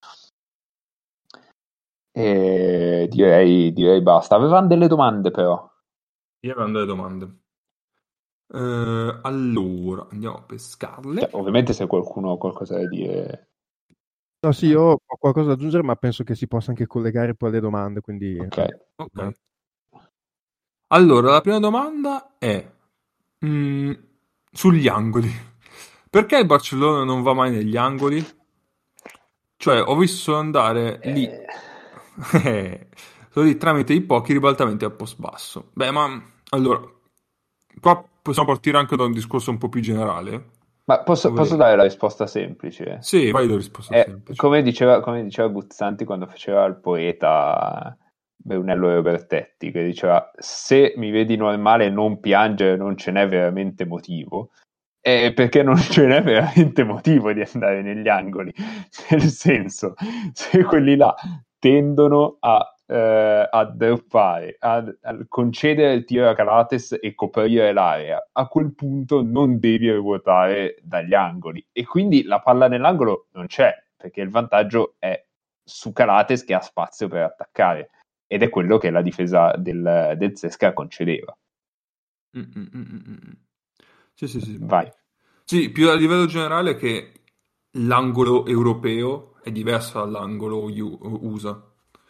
E direi, direi basta. Avevamo delle domande però. Io avevo delle domande. Eh, allora, andiamo a pescarle. Cioè, ovviamente se qualcuno ha qualcosa da dire... No, sì, io ho qualcosa da aggiungere, ma penso che si possa anche collegare poi alle domande, quindi... Ok. Ok. Allora, la prima domanda è mm, sugli angoli. Perché il Barcellona non va mai negli angoli? Cioè, ho visto solo andare lì, Eh, solo lì tramite i pochi ribaltamenti a post basso. Beh, ma allora, qua possiamo partire anche da un discorso un po' più generale. ma posso, posso Dove... dare la risposta semplice? Sì, vai la risposta Eh, semplice. come diceva, come diceva Guzzanti quando faceva il poeta Brunello Robertetti, che diceva: se mi vedi normale non piangere, non ce n'è veramente motivo. Eh, perché non ce n'è veramente motivo di andare negli angoli, nel senso, se quelli là tendono a, eh, a droppare, a, a concedere il tiro a Calates e coprire l'area, a quel punto non devi ruotare dagli angoli, e quindi la palla nell'angolo non c'è, perché il vantaggio è su Calates che ha spazio per attaccare, ed è quello che la difesa del, del Cesca concedeva. Mm, mm, mm, mm. Sì, sì, sì. Vai. Sì, più a livello generale che l'angolo europeo è diverso dall'angolo U- U S A.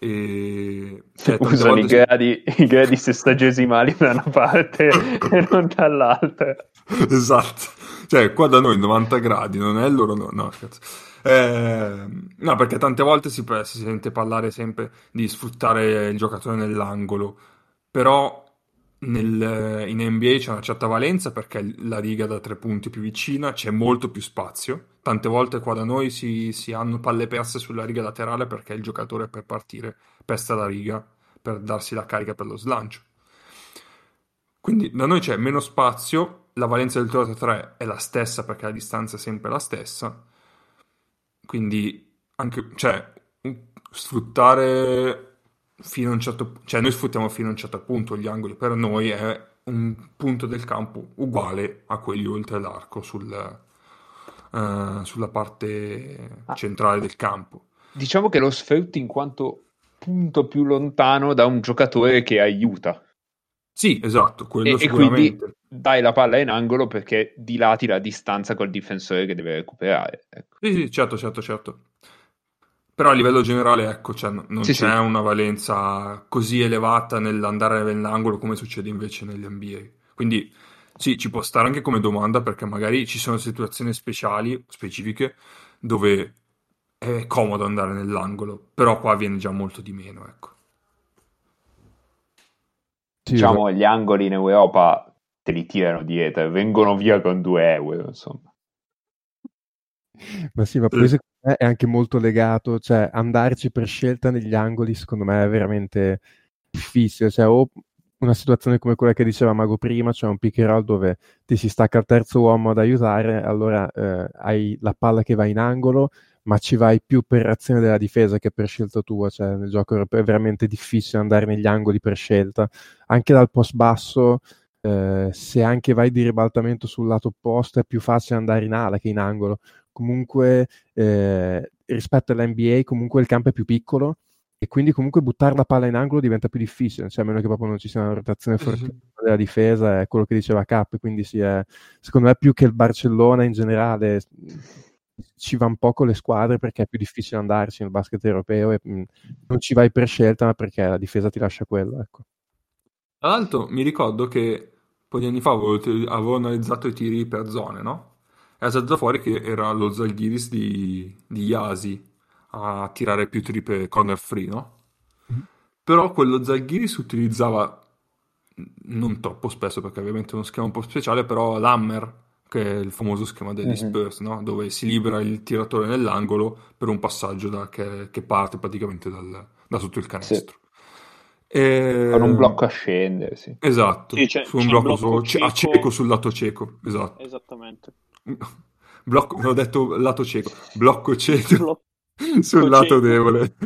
e cioè, tante usano i volte si- gradi, i gradi sessagesimali da una parte e non dall'altra. Esatto, cioè qua da noi novanta gradi, non è il loro no, no, scherzo. Eh, no, perché tante volte si, si sente parlare sempre di sfruttare il giocatore nell'angolo, però nel- in N B A c'è una certa valenza perché la riga da tre punti più vicina, c'è molto più spazio. Tante volte qua da noi si, si hanno palle perse sulla riga laterale perché il giocatore per partire pesta la riga per darsi la carica per lo slancio. Quindi da noi c'è meno spazio, la valenza del tre tre è la stessa perché la distanza è sempre la stessa, quindi anche, cioè, un- sfruttare fino a un certo, cioè noi sfruttiamo fino a un certo punto gli angoli, per noi è un punto del campo uguale a quelli oltre l'arco sul, eh, sulla parte Ah. centrale del campo. Diciamo che lo sfrutti in quanto punto più lontano da un giocatore che aiuta. Sì, esatto, quello E, e quindi sicuramente. dai la palla in angolo perché dilati la distanza col difensore che deve recuperare. Ecco. Sì, sì, certo, certo, certo. Però a livello generale, ecco, cioè, n- non Sì, c'è sì. una valenza così elevata nell'andare nell'angolo come succede invece negli N B A. Quindi sì, ci può stare anche come domanda perché magari ci sono situazioni speciali, specifiche, dove è comodo andare nell'angolo, però qua viene già molto di meno, ecco. Sì, Diciamo gli angoli in Europa te li tirano dietro e vengono via con due euro, insomma. Ma sì, ma poi secondo me è anche molto legato, cioè andarci per scelta negli angoli secondo me è veramente difficile, cioè o una situazione come quella che diceva Mago prima, cioè un pick and roll dove ti si stacca il terzo uomo ad aiutare, allora eh, hai la palla che va in angolo, ma ci vai più per reazione della difesa che per scelta tua, cioè nel gioco europeo è veramente difficile andare negli angoli per scelta, anche dal post basso. Eh, se anche vai di ribaltamento sul lato opposto è più facile andare in ala che in angolo. Comunque eh, rispetto all'N B A comunque il campo è più piccolo e quindi comunque buttare la palla in angolo diventa più difficile, cioè a meno che proprio non ci sia una rotazione Sì, sì, fortissima della difesa, è quello che diceva Cap, quindi sì, è, secondo me più che il Barcellona in generale ci va un po' con le squadre perché è più difficile andarci nel basket europeo e mh, non ci vai per scelta ma perché la difesa ti lascia quello, ecco. Tra l'altro mi ricordo che un po' di anni fa avevo, avevo analizzato i tiri per zone, no? E è saltato fuori che era lo Zalgiris di, di Yasi a tirare più triple corner free, no? Però quello Zalgiris utilizzava non troppo spesso perché ovviamente è uno schema un po' speciale, però l'hammer, che è il famoso schema degli Mhm. Spurs, no? Dove si libera il tiratore nell'angolo per un passaggio da- che, che parte praticamente dal- da sotto il canestro. E- Con un blocco a scendere, sì. Esatto, Sì, c'è, su un c'è il blocco, blocco su- a cieco. cieco sul lato cieco, esatto. Esattamente. Blocco, ho detto lato cieco, blocco cieco Blocco sul lato cieco. debole.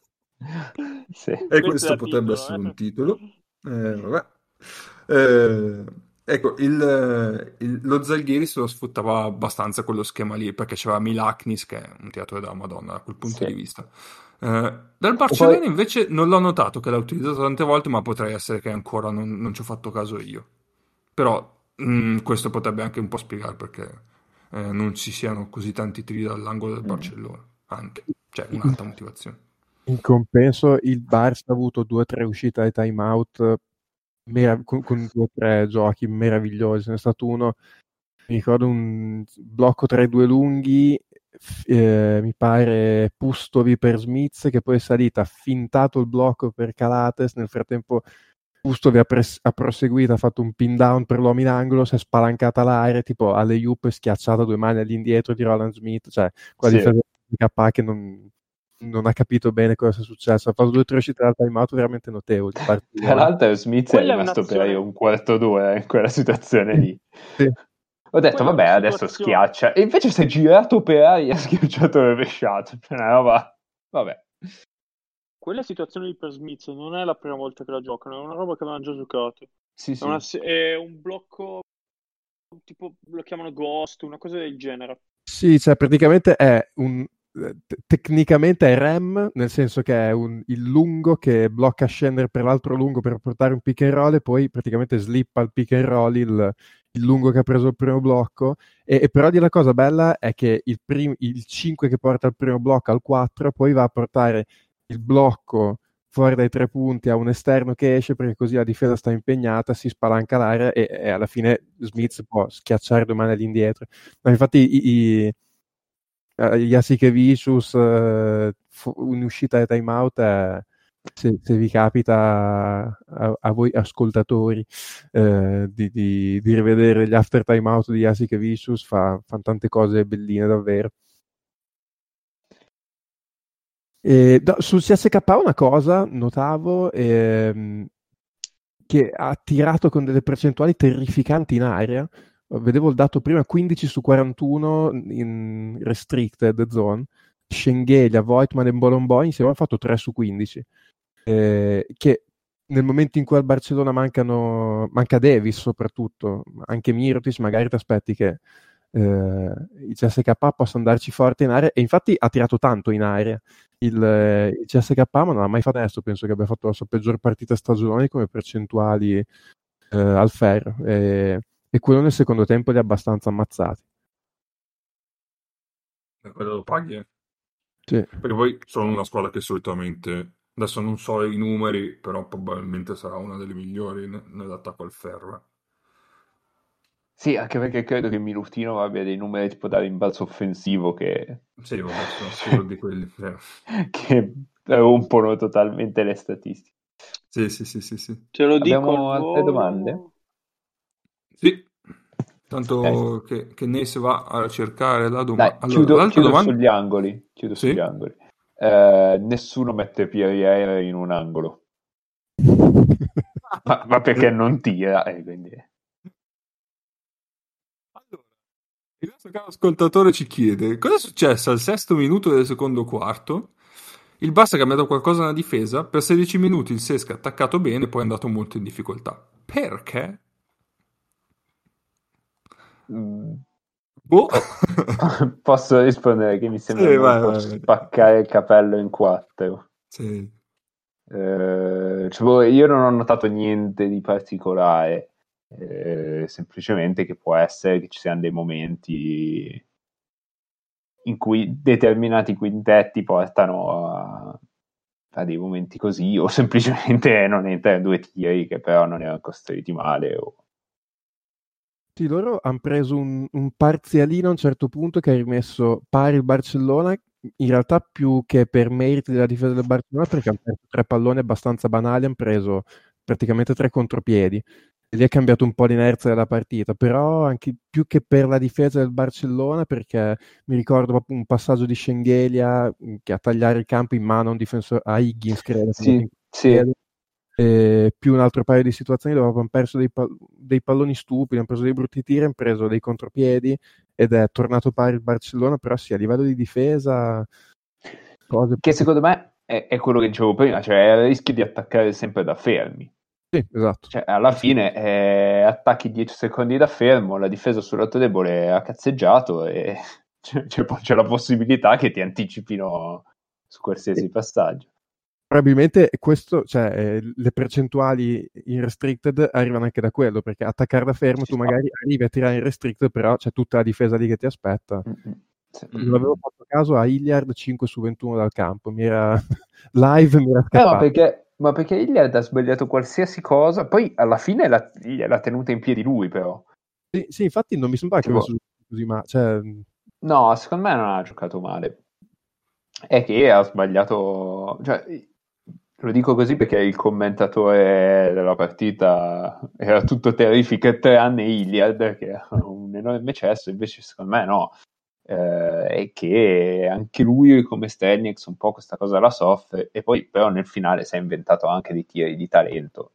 Sì. E Questo questo è potrebbe titolo, essere eh. un titolo. Eh, vabbè. Eh, ecco, il, il- lo Zalgiris lo sfruttava abbastanza quello schema lì, perché c'era Milaknis, che è un tiratore della Madonna da quel punto Sì. di vista. Eh, dal Barcellona poi- invece non l'ho notato che l'ha utilizzato tante volte, ma potrei essere che ancora non, non ci ho fatto caso io. Però mh, questo potrebbe anche un po' spiegare perché eh, non ci siano così tanti tiri dall'angolo del Mm. Barcellona, anche. Cioè, un'altra motivazione. In compenso il Barça ha avuto due o tre uscite ai time out merav- con, con due o tre giochi meravigliosi. Ce n'è stato uno, mi ricordo un blocco tra i due lunghi, f- eh, mi pare Pustovi per Smith, che poi è salita, ha fintato il blocco per Calates, nel frattempo Pustovi ha, pres- ha proseguito, ha fatto un pin down per l'uomo in angolo, si è spalancata l'area, tipo alle Jupp schiacciata due mani all'indietro di Roland Smith, cioè qua Sì. difesa di K A che non, non ha capito bene cosa sia successo, ha fatto due o tre uscite dal time out veramente notevoli. il Tra Barcellona. l'altro Smith è Quella è rimasto per un'azione- un quarto d'ora in quella situazione lì. Sì. Ho detto, Quella è vabbè, una adesso situazione- schiaccia. E invece si è girato per aria e ha schiacciato e rovesciato. Cioè, una roba... Vabbè. Quella situazione di Per Smith non è la prima volta che la giocano, è una roba che avevano già giocato. Sì, È, sì. una se- è un blocco tipo lo chiamano Ghost, una cosa del genere. Sì, cioè praticamente è un eh, te- tecnicamente è R E M, nel senso che è un, il lungo che blocca scendere per l'altro lungo per portare un pick and roll e poi praticamente slippa il pick and roll il, il lungo che ha preso il primo blocco e, e però di la cosa bella è che il, prim- il cinque che porta il primo blocco al quattro poi va a portare il blocco fuori dai tre punti, ha un esterno che esce perché così la difesa sta impegnata, si spalanca l'area e, e alla fine Smith può schiacciare due mani all'indietro. Ma infatti i, i, uh, Jasikevicius uh, in uscita dai time out eh, se, se vi capita a, a voi ascoltatori eh, di, di, di rivedere gli after time out di Jasikevicius fa, fa tante cose belline davvero. E, no, sul C S K A una cosa notavo ehm, che ha tirato con delle percentuali terrificanti in area. Vedevo il dato prima quindici su quarantuno in restricted zone. Schengelia, Voigtman e Bolomboy insieme hanno fatto tre su quindici. Eh, che nel momento in cui al Barcellona mancano, manca Davis soprattutto, anche Mirotic, magari ti aspetti che eh, il C S K A possa andarci forte in area, e infatti ha tirato tanto in area il, eh, il C S K A, ma non ha mai fatto adesso, penso che abbia fatto la sua peggior partita stagionale come percentuali eh, al ferro, e, e quello nel secondo tempo li ha abbastanza ammazzati. E quello lo paghi, eh. Sì. Perché poi sono una squadra che solitamente, adesso non so i numeri, però probabilmente sarà una delle migliori ne- nell'attacco al ferro. eh. Sì, anche perché credo che Milutino abbia dei numeri tipo da rimbalzo offensivo che, Sì, vabbè, sono sicuro di quelli. eh. che rompono totalmente le statistiche. Sì, sì, sì, sì, sì. Te lo dico al Abbiamo altre volo. domande? Sì, tanto che, che Nace va a cercare la Dai, domanda. Allora, chiudo, l'altra chiudo domanda... sugli angoli. Chiudo Sì? sugli angoli. Eh, nessuno mette Pierre in un angolo. Ma, ma perché non tira? Eh, quindi... Allora, il nostro caro ascoltatore ci chiede cosa è successo al sesto minuto del secondo quarto? Il Barça ha cambiato qualcosa nella difesa, per sedici minuti il Sesca ha attaccato bene, poi è andato molto in difficoltà. Perché? Mm, Boh. po- posso rispondere che mi sembra Sì, un vai, po' vai, vai. spaccare il capello in quattro. Sì. Eh, cioè, boh, io non ho notato niente di particolare, eh, semplicemente che può essere che ci siano dei momenti in cui determinati quintetti portano a, a dei momenti così, o semplicemente non entrano due tiri che però non erano costruiti male. O... Sì, loro hanno preso un, un parzialino a un certo punto che ha rimesso pari il Barcellona, in realtà più che per meriti della difesa del Barcellona, perché hanno perso tre palloni abbastanza banali, hanno preso praticamente tre contropiedi. E lì è cambiato un po' l'inerzia della partita, però anche più che per la difesa del Barcellona, perché mi ricordo proprio un passaggio di Schengelia mh, che a tagliare il campo in mano a un difensore, a Higgins, credo, che è andato Sì, in sì. piede. E più un altro paio di situazioni dove hanno perso dei, pal- dei palloni stupidi, hanno preso dei brutti tiri, hanno preso dei contropiedi ed è tornato pari il Barcellona, però sì, a livello di difesa cose Che secondo me è, è quello che dicevo prima, cioè il rischio di attaccare sempre da fermi. sì, esatto. Cioè, alla fine eh, attacchi dieci secondi da fermo, la difesa sul lato debole ha cazzeggiato e c'è, c'è, c'è la possibilità che ti anticipino su qualsiasi passaggio. Probabilmente questo, cioè, eh, le percentuali in restricted arrivano anche da quello, perché attaccare da fermo Ci tu sta. magari arrivi a tirare in restricted, però c'è tutta la difesa lì che ti aspetta. Mm-mm. Sì. Non avevo fatto caso a Hilliard cinque su ventuno dal campo, mi era live, mi era Eh, ma scappato. perché, ma perché Hilliard ha sbagliato qualsiasi cosa, poi alla fine l'ha, l'ha tenuta in piedi lui però. Sì, sì, infatti non mi sembrava che Tipo, avesse giocato così, ma cioè, no, secondo me non ha giocato male. È che ha sbagliato, cioè, lo dico così perché il commentatore della partita era tutto terrifico, tranne Iliad che ha un enorme cesso, invece secondo me no, eh, è che anche lui come Stelnix un po' questa cosa la soffre, e poi però nel finale si è inventato anche dei tiri di talento.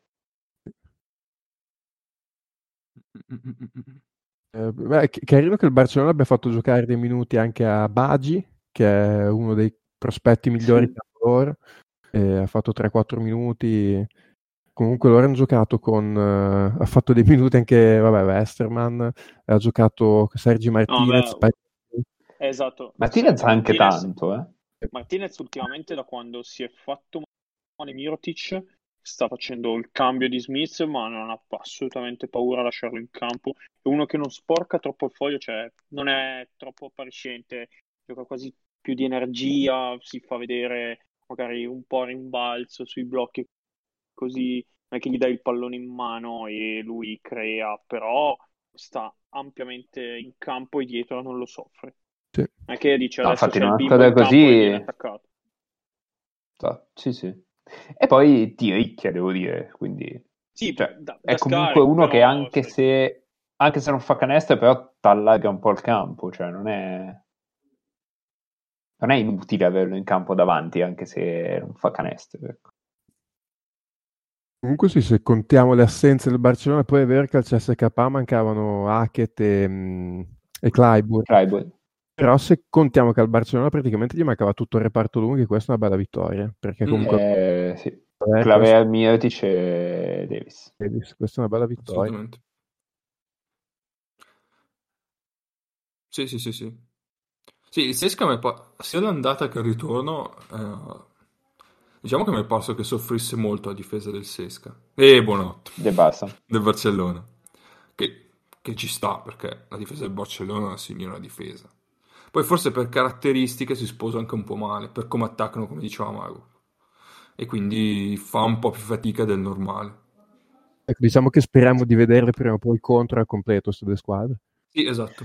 Eh, beh, è carino che il Barcellona abbia fatto giocare dei minuti anche a Bagi, che è uno dei prospetti migliori Sì. che hanno loro. E ha fatto tre quattro minuti. Comunque loro hanno giocato con... eh, ha fatto dei minuti anche, vabbè, Westerman, ha giocato Sergi No, Martinez. beh, esatto. Martinez Sergio anche Martinez, tanto, eh. Martinez ultimamente da quando si è fatto male Mirotic sta facendo il cambio di Smith, ma non ha assolutamente paura a lasciarlo in campo. È uno che non sporca troppo il foglio, cioè non è troppo appariscente, gioca quasi più di energia, si fa vedere magari un po' rimbalzo sui blocchi, così non è che gli dai il pallone in mano e lui crea, però sta ampiamente in campo e dietro non lo soffre. Sì. Non è che dice No, adesso infatti c'è in il una bimbo squadra in campo e viene così, attaccato. so, sì, sì. E poi ti ricchia, devo dire, quindi Sì, cioè, da, è da comunque scarico, uno che però anche sai, se, anche se non fa canestro, però t'allarga un po' il campo, cioè non è, non è inutile averlo in campo davanti, anche se non fa canestro. Ecco. Comunque sì, se contiamo le assenze del Barcellona, poi è vero che al C S K A mancavano Hackett e, mm, e Clyburn. Clyburn. Però se contiamo che al Barcellona praticamente gli mancava tutto il reparto lunghi, questa è una bella vittoria, perché comunque Eh, sì. eh, Claver, Mirotic e Davis. Davis, questa è una bella vittoria. Assolutamente. Sì, sì, sì, sì. Sì, il Sesca mi è pa- sia l'andata che il ritorno, eh, diciamo che mi è parso che soffrisse molto la difesa del Sesca. E buonanotte. Del Barça. Del Barcellona. Che, che ci sta, perché la difesa del Barcellona è una signora difesa. Poi forse per caratteristiche si sposa anche un po' male, per come attaccano, come diceva Mago. E quindi fa un po' più fatica del normale. Ecco, diciamo che speriamo di vederle prima o poi contro al completo queste due squadre. Sì, esatto.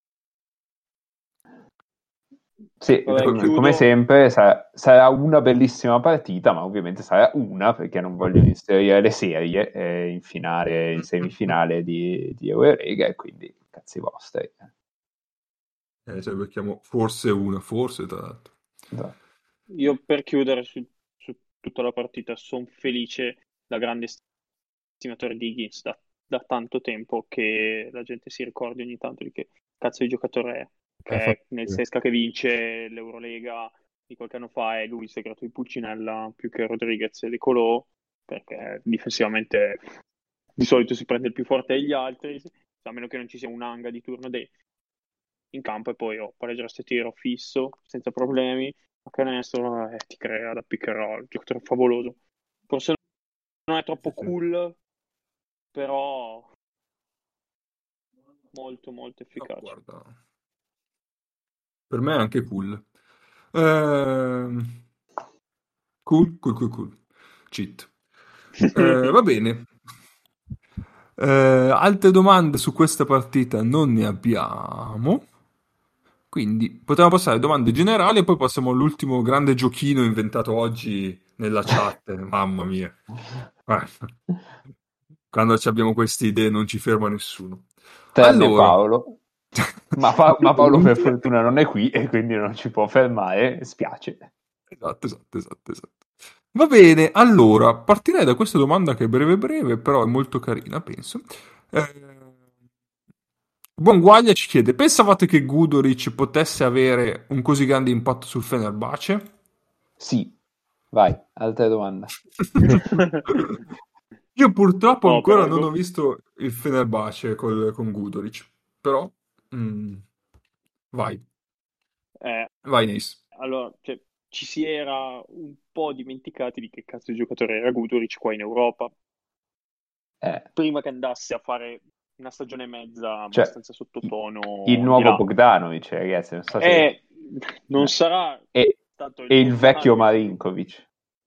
Sì, Vabbè, com- chiudo. come sempre sarà, sarà una bellissima partita, ma ovviamente sarà una perché non vogliono inserire le serie eh, in finale, in semifinale di, di Eurolega e quindi cazzi vostri. Eh, cioè, becchiamo forse una, forse tra l'altro. Esatto. Io per chiudere su, su tutta la partita sono felice da grande stimatore di Higgins da, da tanto tempo che la gente si ricordi ogni tanto di che cazzo di giocatore è, che Eh, è nel Sesca che vince l'Eurolega di qualche anno fa è lui il segreto di Pulcinella più che Rodriguez e De Colò, perché difensivamente di solito si prende il più forte degli altri, a meno che non ci sia un Anga di turno dei in campo e poi oh, pareggiare a tiro fisso senza problemi a canestro eh, ti crea da pick and roll, giocatore favoloso, forse non è troppo cool però molto molto No, efficace. guarda, per me è anche cool. Ehm, cool, cool, cool, cool. Cheat. Eh, va bene. Eh, altre domande su questa partita non ne abbiamo. Quindi potremmo passare a domande generali e poi passiamo all'ultimo grande giochino inventato oggi nella chat. Mamma mia. Eh, Quando ci abbiamo queste idee non ci ferma nessuno. Tranne Allora, Paolo, ma, Pa- ma Paolo per fortuna non è qui e quindi non ci può fermare, spiace. Esatto, esatto, esatto, esatto. Va bene, allora, partirei da questa domanda che è breve breve, però è molto carina, penso. Eh, Buon Guaglia ci chiede, pensavate che Guduric potesse avere un così grande impatto sul Fenerbahce? Sì, vai, altra domanda. Io purtroppo No, ancora non prego. ho visto il Fenerbahce col- con Guduric, però mm, vai, Eh, vai Nis. allora, cioè, ci si era un po' dimenticati di che cazzo di giocatore era Guduric qua in Europa, Eh, prima che andasse a fare una stagione e mezza cioè, abbastanza sottotono il di nuovo là. Bogdanovic, ragazzi, non so se... Eh, non eh. sarà E, stato il e il vecchio Bogdanovic. Marinkovic.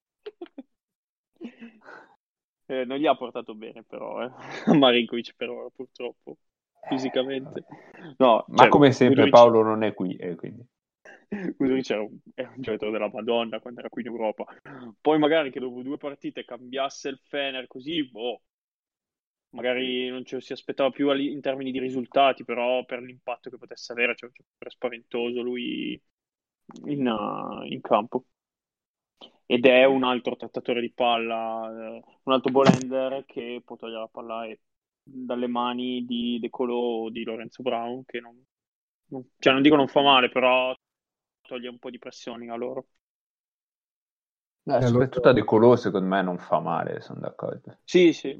Eh, non gli ha portato bene però eh. a Marinkovic per ora purtroppo fisicamente no, Ma cioè, come sempre Guduric, Paolo non è qui e quindi... Guduric era un, è un giocatore della Madonna quando era qui in Europa, poi magari che dopo due partite cambiasse il Fener così, boh, magari non ci si aspettava più ali- in termini di risultati, però per l'impatto che potesse avere c'è un giocatore spaventoso lui in, uh, in campo. Ed è un altro trattatore di palla, eh, un altro ball handler che può togliere la palla e- dalle mani di De Colò o di Lorenzo Brown, che non, non- cioè non dico non fa male, però toglie un po' di pressione a loro. No, E allora- soprattutto a De Colò secondo me non fa male, sono d'accordo. Sì, sì.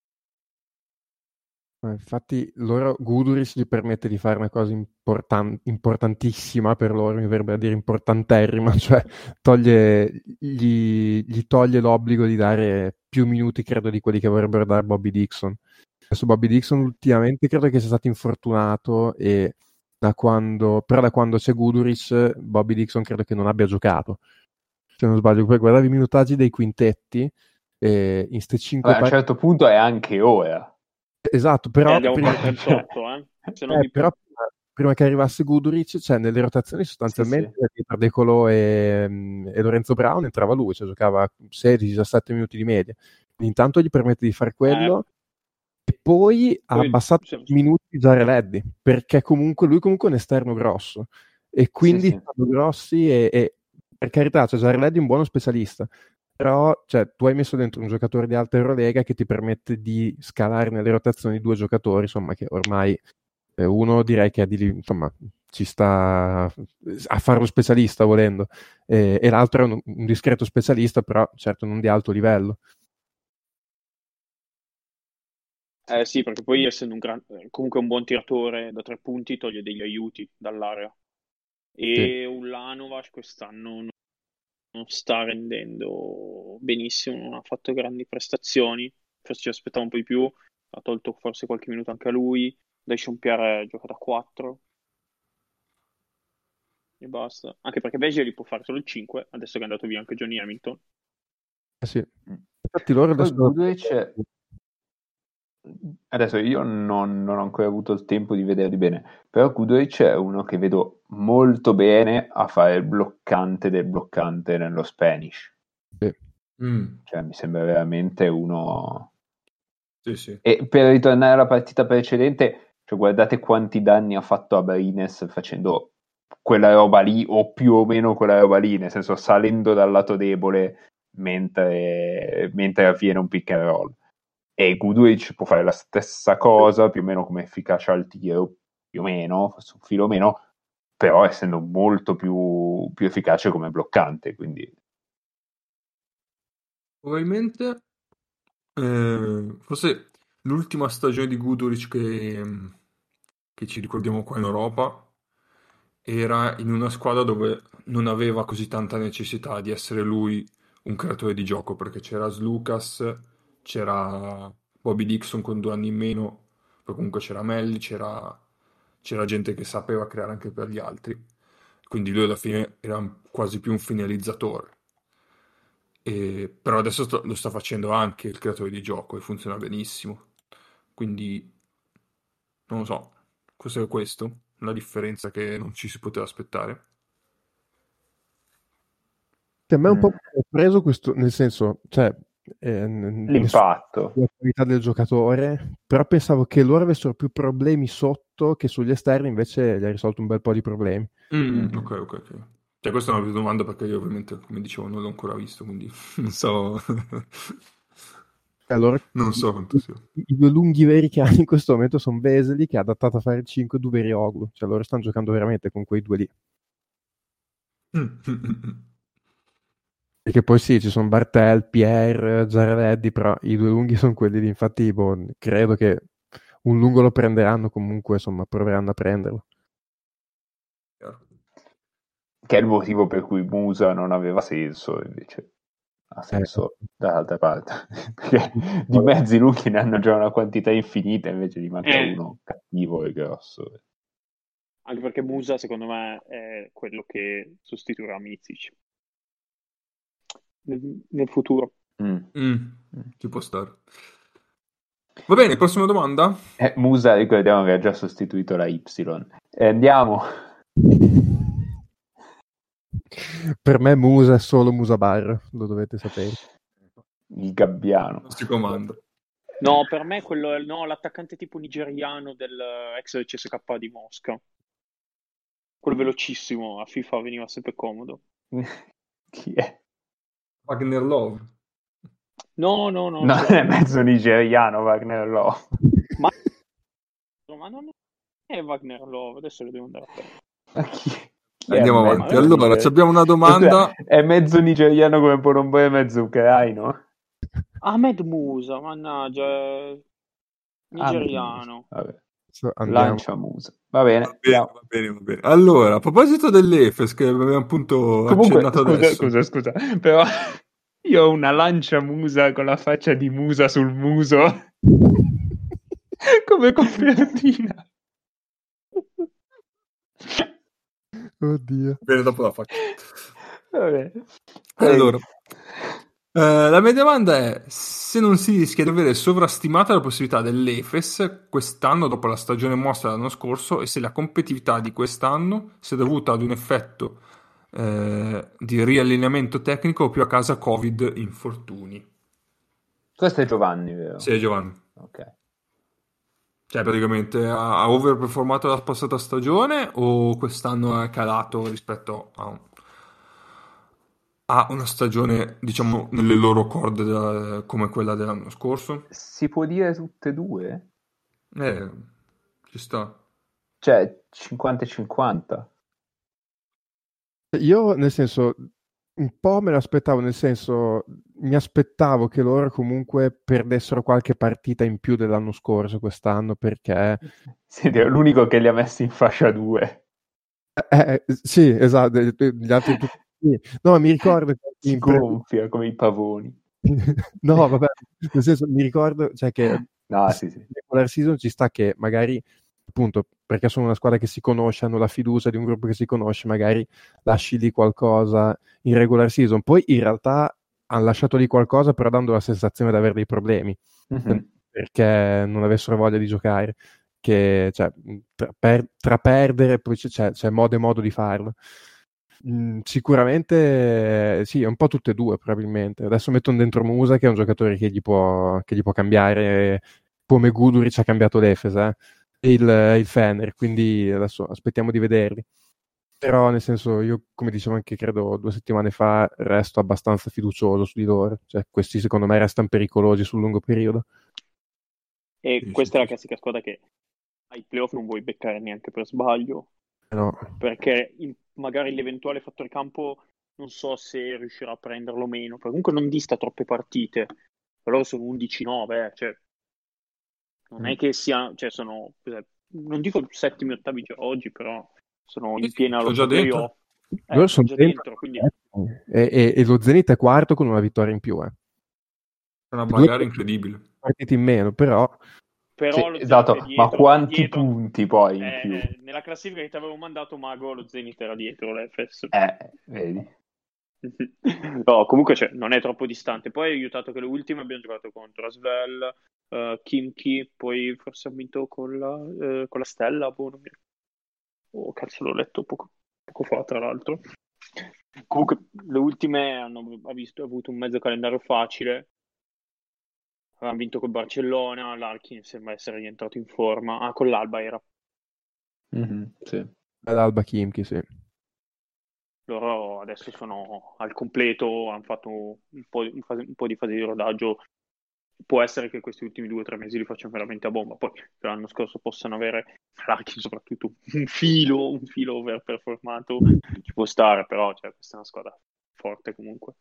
Eh, Infatti loro Guduric gli permette di fare una cosa importan- importantissima per loro, mi verrebbe a dire importanterrima, cioè toglie, gli, gli toglie l'obbligo di dare più minuti, credo, di quelli che vorrebbero dare Bobby Dixon. Adesso Bobby Dixon ultimamente credo che sia stato infortunato e da quando, però da quando c'è Guduric Bobby Dixon credo che non abbia giocato. se non sbaglio, poi guardavi i minutaggi dei quintetti e in ste cinque Beh, a un certo punto è anche ora. Esatto, Eh, però andiamo prima... per trentotto, eh? Se non eh, di più. però prima, prima che arrivasse Guduric, cioè nelle rotazioni sostanzialmente Sì, tra De Colo e, e Lorenzo Brown entrava lui, cioè giocava sedici diciassette minuti di media. Quindi intanto gli permette di fare quello Eh, e poi ha poi abbassato sì, i minuti Giarelli, perché comunque lui comunque è un esterno grosso e quindi sì, sì. stanno grossi e, e per carità, cioè Giarelli è un buono specialista, però cioè, tu hai messo dentro un giocatore di alta Eurolega che ti permette di scalare nelle rotazioni due giocatori, insomma, che ormai eh, uno direi che è di, insomma, ci sta a fare lo specialista volendo, eh, e l'altro è un, un discreto specialista, però certo non di alto livello. Eh sì, perché poi essendo un gran... comunque un buon tiratore da tre punti toglie degli aiuti dall'area. E Ulanovac quest'anno non non sta rendendo benissimo, non ha fatto grandi prestazioni, forse ci aspettava un po' di più, ha tolto forse qualche minuto anche a lui, Dyson Pierre ha giocato a quattro e basta, anche perché Vesely può fare solo il cinque, adesso che è andato via anche Johnny Hamilton. Eh sì. Infatti loro Poi adesso... Guduric, adesso io non, non ho ancora avuto il tempo di vederli bene, però Guduric è uno che vedo molto bene a fare il bloccante del bloccante nello Spanish. Sì. Mm, Cioè mi sembra veramente uno... sì, sì. E per ritornare alla partita precedente, cioè guardate quanti danni ha fatto a Brines facendo quella roba lì, o più o meno quella roba lì, nel senso salendo dal lato debole mentre, mentre avviene un pick and roll. E Guduric può fare la stessa cosa, più o meno come efficacia al tiro, più o meno, forse un filo meno, però essendo molto più, più efficace come bloccante, quindi... Probabilmente, eh, forse l'ultima stagione di Guduric che, che ci ricordiamo qua in Europa era in una squadra dove non aveva così tanta necessità di essere lui un creatore di gioco, perché c'era Lucas, c'era Bobby Dixon con due anni in meno, poi comunque c'era Melli, c'era, c'era gente che sapeva creare anche per gli altri, quindi lui alla fine era quasi più un finalizzatore. E, però adesso sto- lo sta facendo anche il creatore di gioco e funziona benissimo. Quindi non lo so, cos'è questo? Una differenza che non ci si poteva aspettare. Che a me è un po' Mm. preso questo, nel senso, cioè, eh, n- nessuna L'impatto. qualità del giocatore, però pensavo che loro avessero più problemi sotto che sugli esterni, invece gli ha risolto un bel po' di problemi. Mm, Mm. ok, ok, ok. Cioè, questa è una domanda perché io ovviamente, come dicevo, non l'ho ancora visto, quindi non so, Allora, non so quanto sia. i, i due lunghi veri che hanno in questo momento sono Vesely, che è adattato a fare il cinque, e Duverioglu, cioè loro stanno giocando veramente con quei due lì. Mm, mm, mm. Perché poi sì, ci sono Bartel, Pierre, Giareleddi, però i due lunghi sono quelli lì, infatti boh, credo che un lungo lo prenderanno comunque, insomma, proveranno a prenderlo. Chiaro. Che è il motivo per cui Musa non aveva senso, invece ha senso Eh, dall'altra parte. Perché di mezzi lunghi ne hanno già una quantità infinita, invece gli manca Eh. uno cattivo e grosso. Anche perché Musa, secondo me, è quello che sostituirà Mizic nel, nel futuro. Mm. Mm, ci può stare. Va bene, prossima domanda? Eh, Musa, ricordiamo che ha già sostituito la Y. E andiamo. Per me Musa è solo Musa Bar, lo dovete sapere. Il gabbiano. Non si comanda. No, per me quello è no, l'attaccante tipo nigeriano del ex C S K di Mosca. Quello velocissimo, a FIFA veniva sempre comodo. Chi è? Wagner Love. No, no, no. No, c'era- è mezzo nigeriano Wagner Love. Ma... ma non è Wagner Love, adesso lo devo andare a prendere. Ma chi, chi è Andiamo mezzo avanti. Ma- Allora, nigeriano? abbiamo una domanda. Scusa, è mezzo nigeriano come Poromboe e mezzo ucraino? Ahmed Musa, mannaggia, è nigeriano. Ah, vabbè. So, andiamo. Lancia Musa. Va bene. Va bene, andiamo. va bene, va bene. Allora, a proposito dell'Efes che abbiamo appunto Comunque, accennato scusa, adesso. scusa, scusa, però io ho una lancia Musa con la faccia di Musa sul muso come copertina. Oddio. Bene, dopo la faccio. Vabbè. Allora, eh, la mia domanda è se non si rischia di avere sovrastimata la possibilità dell'Efes quest'anno dopo la stagione mossa dell'anno scorso e se la competitività di quest'anno sia dovuta ad un effetto eh, di riallineamento tecnico o più a casa Covid infortuni. Questo è Giovanni, vero? Sì, Giovanni. Ok. Cioè, praticamente ha, ha overperformato la passata stagione o quest'anno è calato rispetto a, a una stagione, diciamo, nelle loro corde della- come quella dell'anno scorso? Si può dire tutte e due? Eh, ci sta. Cioè, cinquanta e cinquanta. Io, nel senso, un po' me l'aspettavo, nel senso, mi aspettavo che loro comunque perdessero qualche partita in più dell'anno scorso quest'anno, perché... Sì, è l'unico che li ha messi in fascia due. Eh, eh, sì, esatto, eh, eh, gli altri tutti... sì. No, mi ricordo che Si in pre- gonfia come i pavoni. No, vabbè, nel senso, mi ricordo, cioè che No, sì, sì. in regular season ci sta che magari, appunto, perché sono una squadra che si conosce, hanno la fiducia di un gruppo che si conosce, magari lasci lì qualcosa in regular season. Poi in realtà hanno lasciato lì qualcosa, però dando la sensazione di avere dei problemi, Mhm. perché non avessero voglia di giocare. Che, cioè, tra, per, tra perdere, poi c'è, c'è, c'è modo e modo di farlo. Mm, sicuramente eh, sì, è un po' tutte e due probabilmente. Adesso mettono dentro Musa che è un giocatore che gli può, che gli può cambiare come Guduric ha cambiato l'Efes eh, e il, il Fener, quindi adesso aspettiamo di vederli. Però nel senso io, come dicevo anche credo due settimane fa, resto abbastanza fiducioso su di loro, cioè questi secondo me restano pericolosi sul lungo periodo. E Sì, questa sì, è la sì. classica squadra che ai playoff non vuoi beccare neanche per sbaglio, No. perché il- magari l'eventuale fattore campo non so se riuscirà a prenderlo o meno, perché comunque non dista troppe partite, per loro sono undici nove, eh, cioè non è che sia, cioè sono, cos'è, non dico settimi, ottavi già oggi, però sono Sì, in sì, piena sono lotta già dentro. playoff, Loro eh, sono sono già dentro dentro, quindi e, e, e lo Zenit è quarto con una vittoria in più, eh. È una Due bagarre incredibile. partite in meno, però però Sì, lo Zenit è esatto, ma dietro, quanti dietro punti poi in eh, più? eh, nella classifica che ti avevo mandato Mago, lo Zenit era dietro l'Efes. Eh, vedi? No, comunque cioè, non è troppo distante. Poi è aiutato che le ultime abbiamo giocato contro Asvel, uh, Kimchi, poi forse ha vinto con la, eh, con la Stella. Boh, non mi... Oh, cazzo, l'ho letto poco, poco fa, tra l'altro. Comunque, le ultime hanno ha visto, ha avuto un mezzo calendario facile. Hanno vinto col Barcellona, l'Arkin sembra essere rientrato in forma. Ah, con l'Alba era. Mhm, sì. l'Alba Kimchi, sì. Loro adesso sono al completo, hanno fatto un po', un fase- un po' di fase di rodaggio. Può essere che questi ultimi due o tre mesi li facciano veramente a bomba. Poi per l'anno scorso possano avere Larkin soprattutto un filo, un filo overperformato, ci può stare, però cioè, questa è una squadra forte comunque.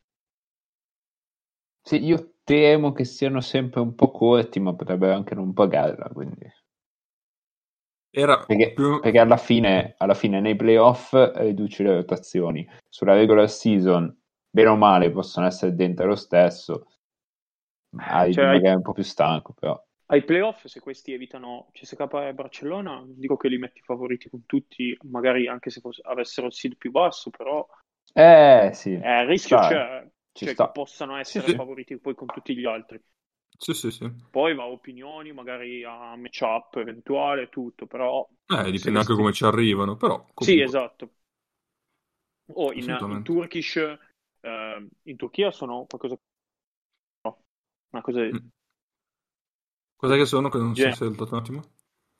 Sì, io temo che siano sempre un po' corti, ma potrebbero anche non pagarla, quindi... Era Perché, più... perché alla fine, alla fine nei playoff riduci le rotazioni. Sulla regular season, bene o male, possono essere dentro lo stesso. Hai Cioè, magari ai, un po' più stanco, però. ai playoff, se questi evitano C S K A e Barcellona, non dico che li metti favoriti con tutti, magari anche se fosse- avessero il seed più basso, però Eh, sì, eh, il rischio sta, c'è, ci cioè che sta. possano Sì, essere sì, favoriti poi con tutti gli altri. sì, sì, sì. Poi va a opinioni, magari a matchup eventuale, tutto, però Eh, se dipende anche questi... come ci arrivano, però Sì, comunque, esatto. O in, in assolutamente. Turkish, eh, in Turchia sono qualcosa, no, una cosa del Mm. Cos'è che sono che non si è genere. saltato un attimo?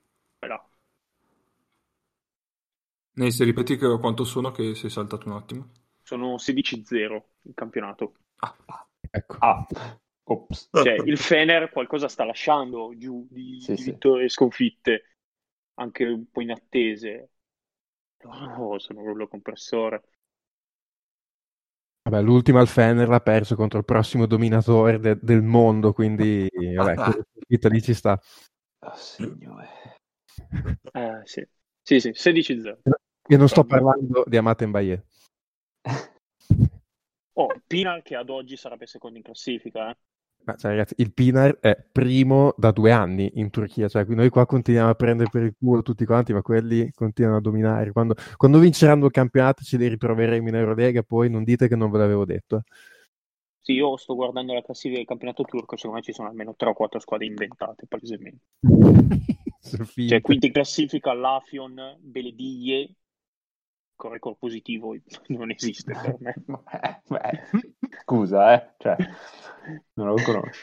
Ne se ripeti che quanto sono che sei saltato un attimo? Sono sedici zero in campionato. Ah, Ecco. Ah, ops. Cioè, il Fener qualcosa sta lasciando giù di, Sì, di sì. vittorie e sconfitte, anche un po' inattese. Oh, sono un rullo compressore. Vabbè, l'ultima al Fener l'ha perso contro il prossimo dominatore de- del mondo, quindi vabbè, quella sconfitta lì ci sta. Oh, signore. Eh, sì, sì, sì, sedici zero. E non sto Confermo. parlando di Amate Mbaye. Oh, Pinal che ad oggi sarebbe secondo in classifica, eh. Ma cioè, ragazzi, il Pinar è primo da due anni in Turchia, cioè qui noi qua continuiamo a prendere per il culo tutti quanti, ma quelli continuano a dominare. Quando, quando vinceranno il campionato ci li ritroveremo in Eurolega, poi non dite che non ve l'avevo detto. eh. Sì, io sto guardando la classifica del campionato turco, secondo me ci sono almeno tre o quattro squadre inventate, palesemente. Sono Cioè, finte. quinta in classifica l'Afion, Belediyye, con record positivo, non esiste per me. Beh, beh, scusa, eh, cioè, non lo conosci.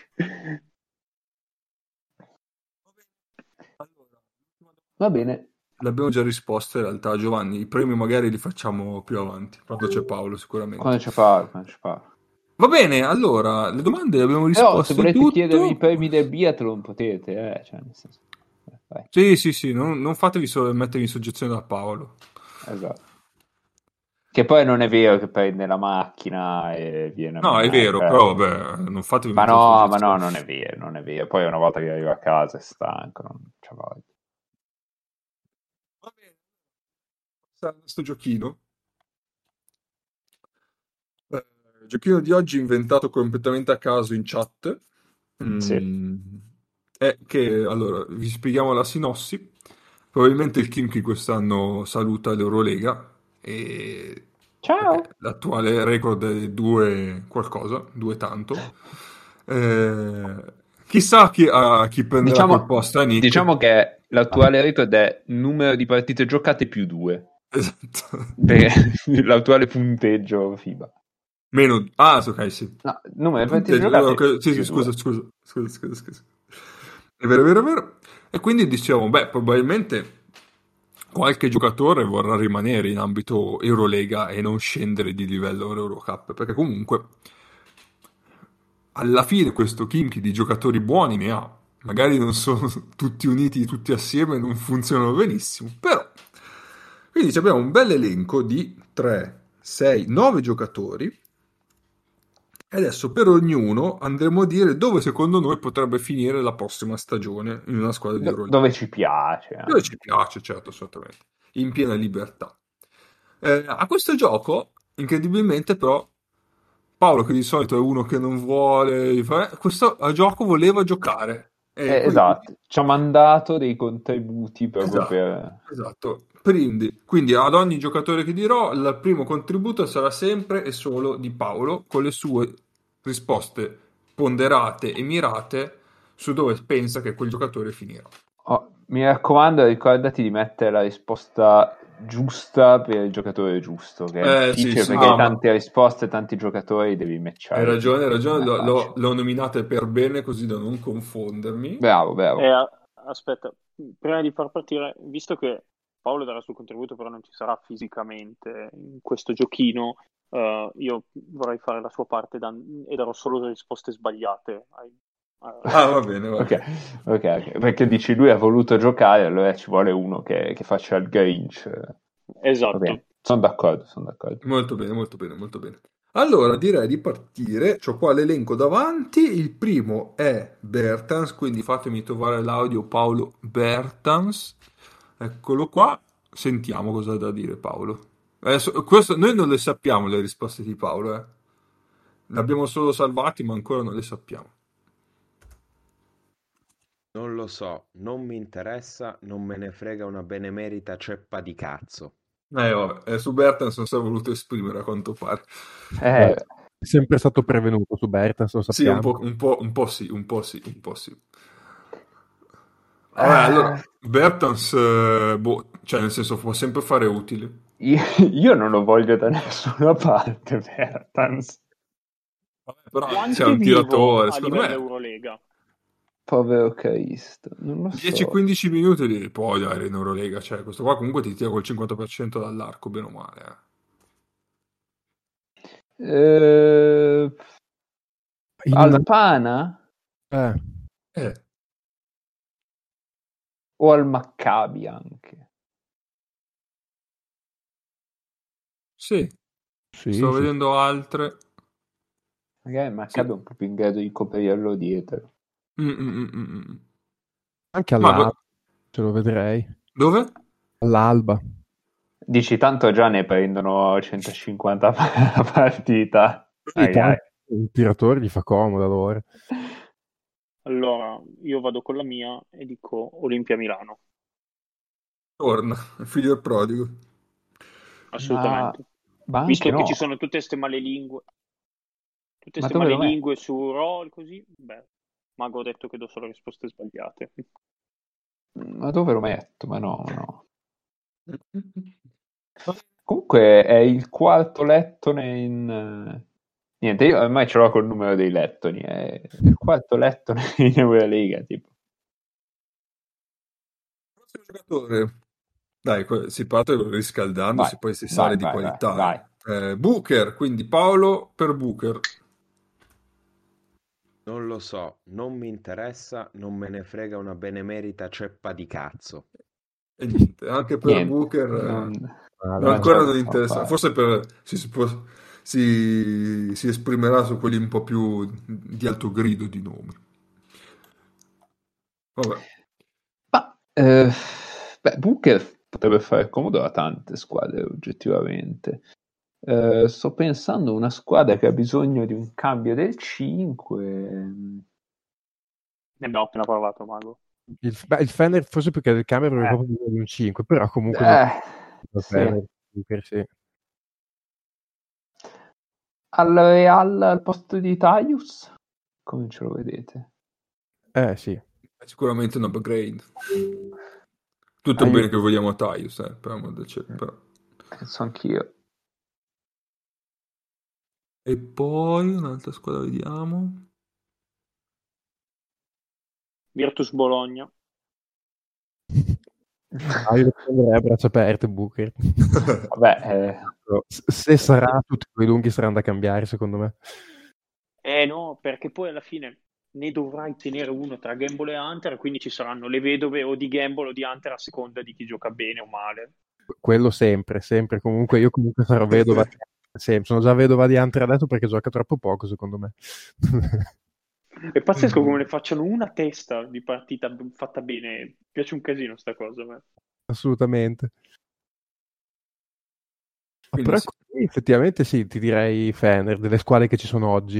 Va bene. L'abbiamo già risposto in realtà, Giovanni. I premi magari li facciamo più avanti, quando c'è Paolo sicuramente. Quando ci fa, quando ci fa. Va bene, allora, le domande le abbiamo Però risposte se volete tutto. chiedermi i premi del biathlon potete, eh, cioè, nel senso. eh, vai. Sì, sì, sì, non, non fatevi solo mettervi in soggezione da Paolo. Esatto. Che poi non è vero che prende la macchina e viene a No, è menare, vero, eh. però vabbè, non fatevi Ma mettere in no, ma soggezione. no, non è vero, non è vero. Poi una volta che arriva a casa è stanco, non c'è voglia. Va bene, sta sto giochino. Eh, il giochino di oggi inventato completamente a caso in chat. Mm, Sì. È che, allora, vi spieghiamo la sinossi. Probabilmente il Kimchi quest'anno saluta l'Eurolega e Ciao. perché l'attuale record è due qualcosa, due tanto. Eh, chissà chi, a chi prenderà quel Diciamo, posto a Nick. diciamo che l'attuale record è numero di partite giocate più due. Esatto. Per l'attuale punteggio FIBA. Meno... Ah, ok, sì. No, numero di partite Punteggio, giocate ok, sì, più sì, scusa, due. scusa, scusa, scusa, scusa. È vero, è vero, è vero. E quindi diciamo, beh, probabilmente qualche giocatore vorrà rimanere in ambito Eurolega e non scendere di livello Eurocup, perché comunque alla fine questo Kimchi di giocatori buoni ne ha. Magari non sono tutti uniti, tutti assieme, non funzionano benissimo, però. Quindi abbiamo un bel elenco di tre, sei, nove giocatori. E adesso per ognuno andremo a dire dove secondo noi potrebbe finire la prossima stagione in una squadra di Do- Eurolega. dove ci piace. eh. Dove ci piace, certo, assolutamente. In piena libertà. Eh, a questo gioco, incredibilmente, però, Paolo, che di solito è uno che non vuole fare, questo a gioco voleva giocare. E Eh, quindi- esatto, ci ha mandato dei contributi proprio Esatto, per... esatto. Quindi, quindi ad ogni giocatore che dirò, il primo contributo sarà sempre e solo di Paolo, con le sue risposte ponderate e mirate su dove pensa che quel giocatore finirà. Oh, mi raccomando, ricordati di mettere la risposta giusta per il giocatore giusto, che è Eh, difficile sì, sì. perché Ah, hai ma- tante risposte, tanti giocatori, devi matchare. Hai ragione, hai ragione, Non è l'ho, l'ho- facile. l'ho nominate per bene così da non confondermi. Bravo, bravo. Eh, a- aspetta, prima di far partire, visto che Paolo darà il suo contributo, però non ci sarà fisicamente in questo giochino, eh, io vorrei fare la sua parte dan- e darò solo le risposte sbagliate. ai- a- Ah, va bene, va Ok, bene. ok, ok. Perché dici lui ha voluto giocare, allora ci vuole uno che, che faccia il Grinch. Esatto. Va bene, sono d'accordo, sono d'accordo. Molto bene, molto bene, molto bene. Allora, direi di partire. C'ho qua l'elenco davanti. Il primo è Bertans, quindi fatemi trovare l'audio Paolo Bertans. Eccolo qua. Sentiamo cosa ha da dire Paolo. Adesso, questo, noi non le sappiamo le risposte di Paolo, eh. Le abbiamo solo salvati, ma ancora non le sappiamo. Non lo so, non mi interessa, non me ne frega una benemerita ceppa di cazzo. Eh, vabbè, eh, su Bertans non si è voluto esprimere a quanto pare. Eh, È sempre stato prevenuto su Bertans, lo Sì, un sappiamo. po', un po', un po' sì, un po' sì, un po' sì. Vabbè, allora, Bertans, eh, boh, cioè nel senso può sempre fare utile. io, io non lo voglio da nessuna parte, Bertans. Vabbè, però Quanto sei è un vivo tiratore, a secondo livello me Eurolega? Povero Cristo, non lo so. dieci quindici minuti li puoi dare in Eurolega, cioè questo qua comunque ti tira col cinquanta per cento dall'arco, bene o male. Eh. Eh, In una- Alpana eh, Eh, o al Maccabi anche? sì, sì, sto sì. vedendo altre. Magari il Maccabi Sì. è un po' più in grado di coprirlo dietro. Mm, mm, mm, mm, mm. Anche Ma all'Alba, vo- ce lo vedrei. dove? All'Alba. Dici, tanto già ne prendono centocinquanta a partita. Sì, Ai, ai. tanto il tiratore gli fa comodo allora. Allora, io vado con la mia e dico Olimpia Milano, Torna, il figlio del prodigo. Ma, assolutamente. ma anche Visto che no. ci sono tutte queste malelingue, tutte Ma queste dove lo metti? malelingue su Roll così, beh, Mago ha detto che do solo risposte sbagliate. Ma dove lo metto? Ma no, ma no. Comunque è il quarto lettone in... Niente, io ormai ce l'ho col numero dei lettoni, è il quarto lettone in Euroliga, tipo. Prossimo giocatore. Dai, que- si parte Vai, riscaldandosi, poi si vai, sale di vai, vai, qualità. vai. Eh. Eh, Booker, quindi Paolo per Booker. Non lo so, non mi interessa, non me ne frega una benemerita ceppa di cazzo. E niente, anche per Niente, Booker non, eh, Ah, no, non c'è ancora non molto da interessa. fare. Forse per, si, si può- si- si esprimerà su quelli un po' più di alto grido di nomi. Vabbè. Ma, eh, beh, Booker potrebbe fare comodo a tante squadre, oggettivamente. Eh, sto pensando a una squadra che ha bisogno di un cambio del cinque. Ne abbiamo appena parlato, Mago. Il, beh, il Fener forse perché del Camera avrebbe Eh, proprio bisogno di un cinque, però comunque non Eh, il sì. Fener, Booker, sì. Al Real al posto di Tyus? Come ce lo vedete? Eh sì. È sicuramente un upgrade. Tutto Ah, io bene che vogliamo a Tyus, eh, per amor del cielo, però. penso anch'io. E poi un'altra squadra, vediamo. Virtus Bologna. Ah, io lo prenderei a braccia aperte Booker. Vabbè, eh, Se sarà, tutti quei lunghi saranno da cambiare, secondo me. Eh no, perché poi alla fine ne dovrai tenere uno tra Gamble e Hunter, quindi ci saranno le vedove o di Gamble o di Hunter a seconda di chi gioca bene o male. Quello sempre, sempre. Comunque io comunque sarò vedova di sempre. Sono già vedova di Hunter adesso perché gioca troppo poco, secondo me. È pazzesco come ne facciano una testa di partita fatta bene. Mi piace un casino sta cosa a me. Assolutamente. Quindi Però sì. così, effettivamente sì, ti direi Fener, delle squadre che ci sono oggi.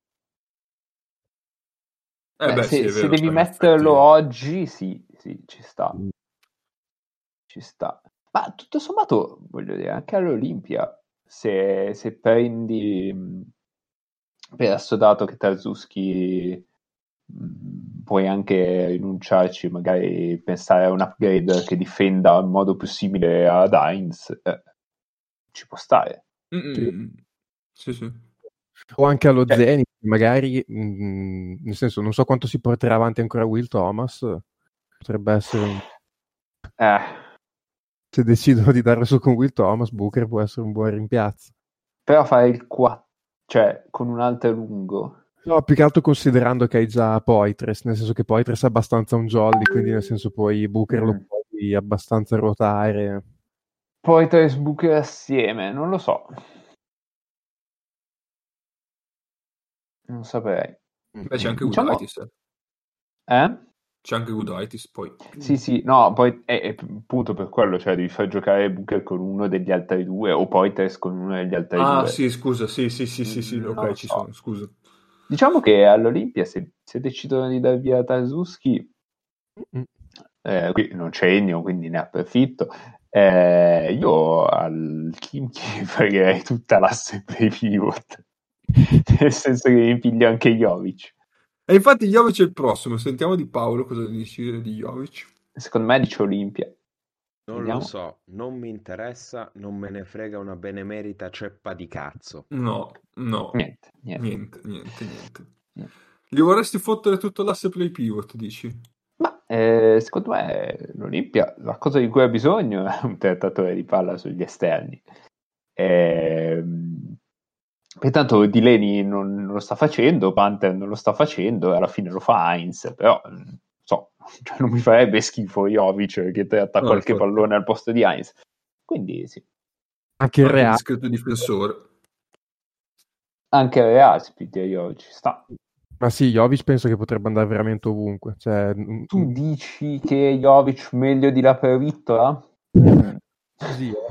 Eh beh, beh, sì, se, è se vero, devi cioè, in metterlo effetti. oggi, sì, sì, ci sta. Ci sta. Ma tutto sommato, voglio dire, anche all'Olimpia, se, se prendi mh, per assodato che Tarzuski mh, puoi anche rinunciarci, magari pensare a un upgrade che difenda in modo più simile ad Heinz, eh, ci può stare. Sì. Mm-mm. Sì, sì. O anche allo Cioè, Zenit, magari, mh, nel senso, non so quanto si porterà avanti ancora Will Thomas, potrebbe essere un... eh, Se decidono di darlo su con Will Thomas, Booker può essere un buon rimpiazzo. però fare il quattro, cioè con un altro lungo. No, più che altro considerando che hai già Poitres, nel senso che Poitres è abbastanza un jolly, quindi nel senso poi Booker lo Mm. puoi abbastanza ruotare. Poi tre Booker assieme, non lo so. Non saprei. Beh, c'è anche Diciamo, Gudaitis, eh. eh? C'è anche Gudaitis, poi. Sì, sì, no, poi è, è appunto per quello, cioè devi far giocare Booker con uno degli altri due o poi Tess con uno degli altri Ah, due. sì, scusa, sì, sì, sì, sì, sì, Mm, non ok, lo ci so. sono, scusa. Diciamo che all'Olimpia se, se decidono di dar via Tarzuski, Mm. eh, qui non c'è Ennio, quindi ne approfitto. Eh, io al Kimchi pagherei tutta l'asse play pivot, nel senso che mi piglio anche Jovic. E infatti Jovic è il prossimo, sentiamo di Paolo cosa dice di Jovic. Secondo me dice Olimpia. Non lo Vediamo. so, non mi interessa, non me ne frega una benemerita ceppa di cazzo. No, no, Niente, niente. niente, niente, niente. niente. Gli vorresti fottere tutto l'asse play pivot, dici? Ma eh, secondo me l'Olimpia, la cosa di cui ha bisogno è un trattatore di palla sugli esterni. Ehm, pertanto Delaney non, non lo sta facendo, Panther non lo sta facendo e alla fine lo fa Heinz, però non so, cioè, non mi farebbe schifo Jovic che tratta No, qualche infatti. pallone al posto di Heinz. Quindi sì, Anche il Anche Real, discreto difensore. anche Real spinge Jovic ci sta. ma sì, Jovic penso che potrebbe andare veramente ovunque. Cioè, mm, Tu dici che Jovic meglio di la Pervittola? Mm. così, eh.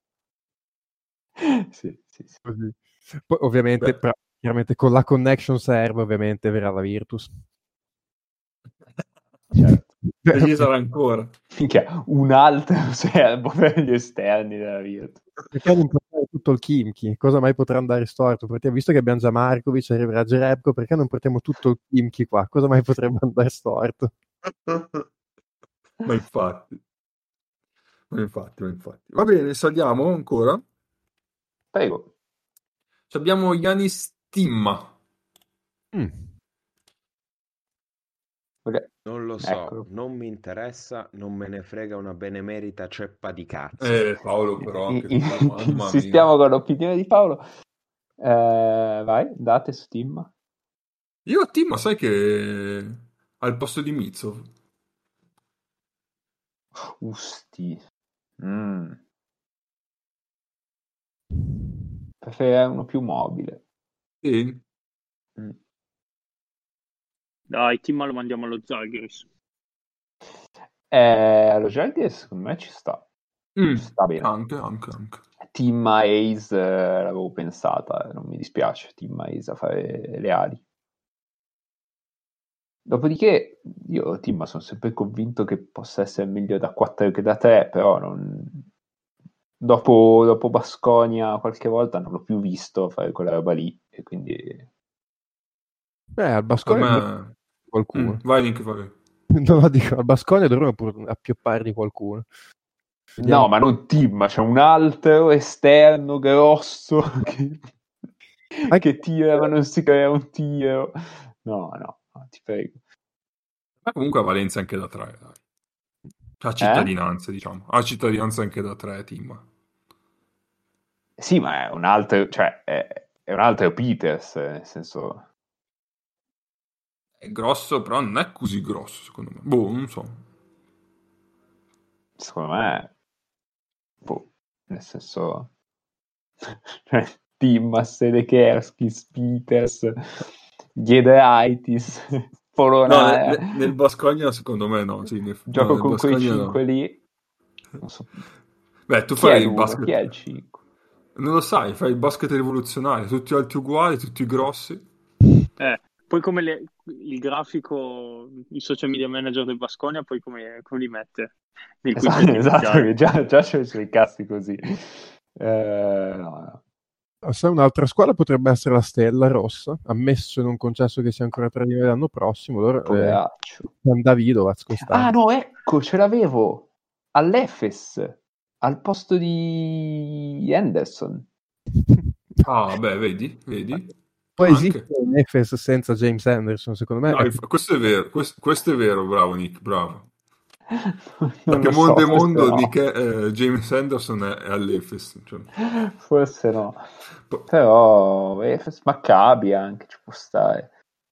Sì, sì, sì. Così. Poi ovviamente, Beh. però, chiaramente con la connection serve, ovviamente verrà la Virtus. certo. E ci sarà ancora. Minchia, un altro serbo per gli esterni della Virtus. Perché non portare tutto il Kimchi? Cosa mai potrà andare storto? Perché visto che abbiamo già Markovic, arriverà Jerebko, perché non portiamo tutto il Kimchi qua? Cosa mai potrebbe andare storto? Ma infatti, ma infatti, ma infatti. Va bene, saliamo ancora. Prego. Ci abbiamo Yanis Timma. Mm. Ok, Non lo so, eccolo. non mi interessa, non me ne frega una benemerita ceppa di cazzo. Eh, Paolo, però, In- che in- mamma mia. insistiamo con l'opinione di Paolo. Eh, vai, date Steam. Io a Timma, sai che al posto di Mizzo. Usti. Mm. Preferirei uno più mobile. Sì. Mm. Dai, Timma lo mandiamo allo Zalgiris. Eh, allo Žalgiris secondo me ci sta. Mm, Ci sta bene. Anche, anche, anche. Timma Ace eh, l'avevo pensata, eh, non mi dispiace Timma Ace a fare le ali. Dopodiché io Timma sono sempre convinto che possa essere meglio da quattro che da tre, però non... dopo, dopo Baskonia qualche volta non l'ho più visto fare quella roba lì e quindi Eh, al Per Baskonia me... qualcuno. Mm, vai, Nick, vai. Non lo dico, al Baskonia dovremmo pur appioppargli qualcuno. Vediamo. no, ma non Timma, c'è un altro esterno grosso che, che tira ma non si crea un tiro. No, no, no, ti prego. Ma comunque a Valencia anche da tre, dai. Ha Eh? cittadinanza, diciamo. Ha cittadinanza anche da tre, Timma. Sì, ma è un altro, cioè, è, è un altro Peters, nel senso... È grosso, però non è così grosso, secondo me. Boh, non so. Secondo me, boh, nel senso, cioè, Timma, Sedekerskis, Peters, Giedraitis, No, Polonara. nel, nel Baskonia secondo me no. Sì, nel, Gioco no, nel con quei Baskonia cinque no. lì. Non so. Beh, tu Chi è fai il l'uno? basket... Chi è il cinque? Non lo sai, fai il basket rivoluzionario, tutti alti uguali, tutti grossi. Eh, poi come le- il grafico, il social media manager del Baskonia, poi come, come li mette nel Esatto, quintetto esatto, iniziale. che già, già c'è i suoi cazzi così. Eh, no, no. Se un'altra squadra potrebbe essere la Stella Rossa, ammesso e non concesso che sia ancora tra di noi l'anno prossimo. Allora, eh, Poveraccio. San Davidovac Ah, quest'anno. no, ecco, ce l'avevo all'Efes al posto di Henderson. Ah, beh, vedi, vedi. Poi Anche. esiste un Efes senza James Anderson, secondo me. No, è- il- questo è vero, questo, questo è vero, bravo Nick, bravo. Non Perché lo so, mondo e forse mondo no. Nick, eh, James Anderson è, è all'Efes. Cioè. Forse no. Po- Però Efes Maccabi anche ci può stare.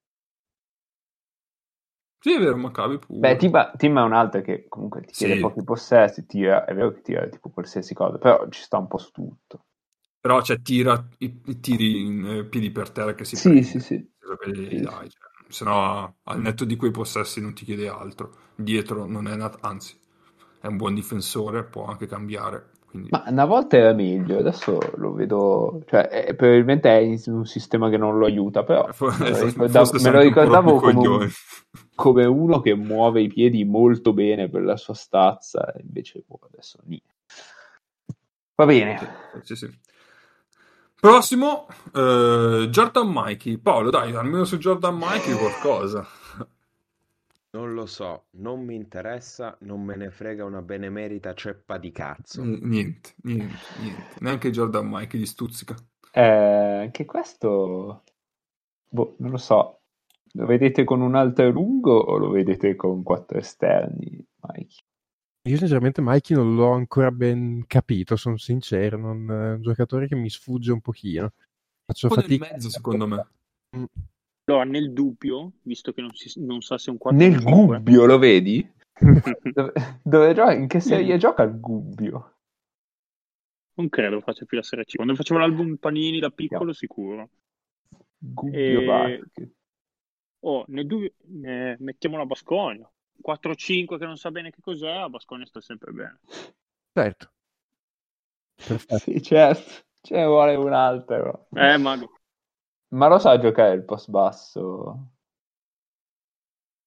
Sì, è vero, Maccabi pure. Beh, Timma, Timma è un altro che comunque ti chiede Sì. pochi possessi, tira, è vero che tira tipo qualsiasi cosa, però ci sta un po' su tutto. Però cioè, tira i, i tiri in eh, piedi per terra che si Sì, prende. sì, sì. Quello che gli Sì, dai, cioè, se no al netto di quei possessi non ti chiede altro. Dietro non è nat- anzi, è un buon difensore, può anche cambiare. Quindi... Ma una volta era meglio, adesso lo vedo, cioè è- probabilmente è in un sistema che non lo aiuta, però For- me lo esatto, ricordavo, forse me lo sei anche un po' ricordavo rompi i come, un- coglioni. come uno che muove i piedi molto bene per la sua stazza, invece boh, adesso niente. Va bene. Sì, sì. Prossimo, eh, Jordan Mikey. Paolo, dai, almeno su Jordan Mikey qualcosa. Non lo so, non mi interessa, non me ne frega una benemerita ceppa di cazzo. N- Niente, niente, niente. Neanche Jordan Mikey gli stuzzica. Eh, anche questo, boh, non lo so. Lo vedete con un altro lungo o lo vedete con quattro esterni, Mike? Io sinceramente Mikey non l'ho ancora ben capito, sono sincero, non, è un giocatore che mi sfugge un pochino. Faccio Un po' nel fatica. mezzo, secondo me. Mm. Allora, nel dubbio, visto che non, si, non sa se è un quattro Nel o cinque, Gubbio, lo vedi? dove, dove gioca? In che serie gioca il Gubbio? non credo faccia più la Serie C. Quando facevo l'album Panini da piccolo, sicuro. Gubbio E... Basket. Oh, nel dubbio, eh, mettiamo la Baskonia. quattro cinque che non sa bene che cos'è, a Baskonia sta sempre bene. Certo. Perfetto. Sì, certo. Ce ne vuole un altro. Eh, Mago. Ma lo sa giocare il post basso?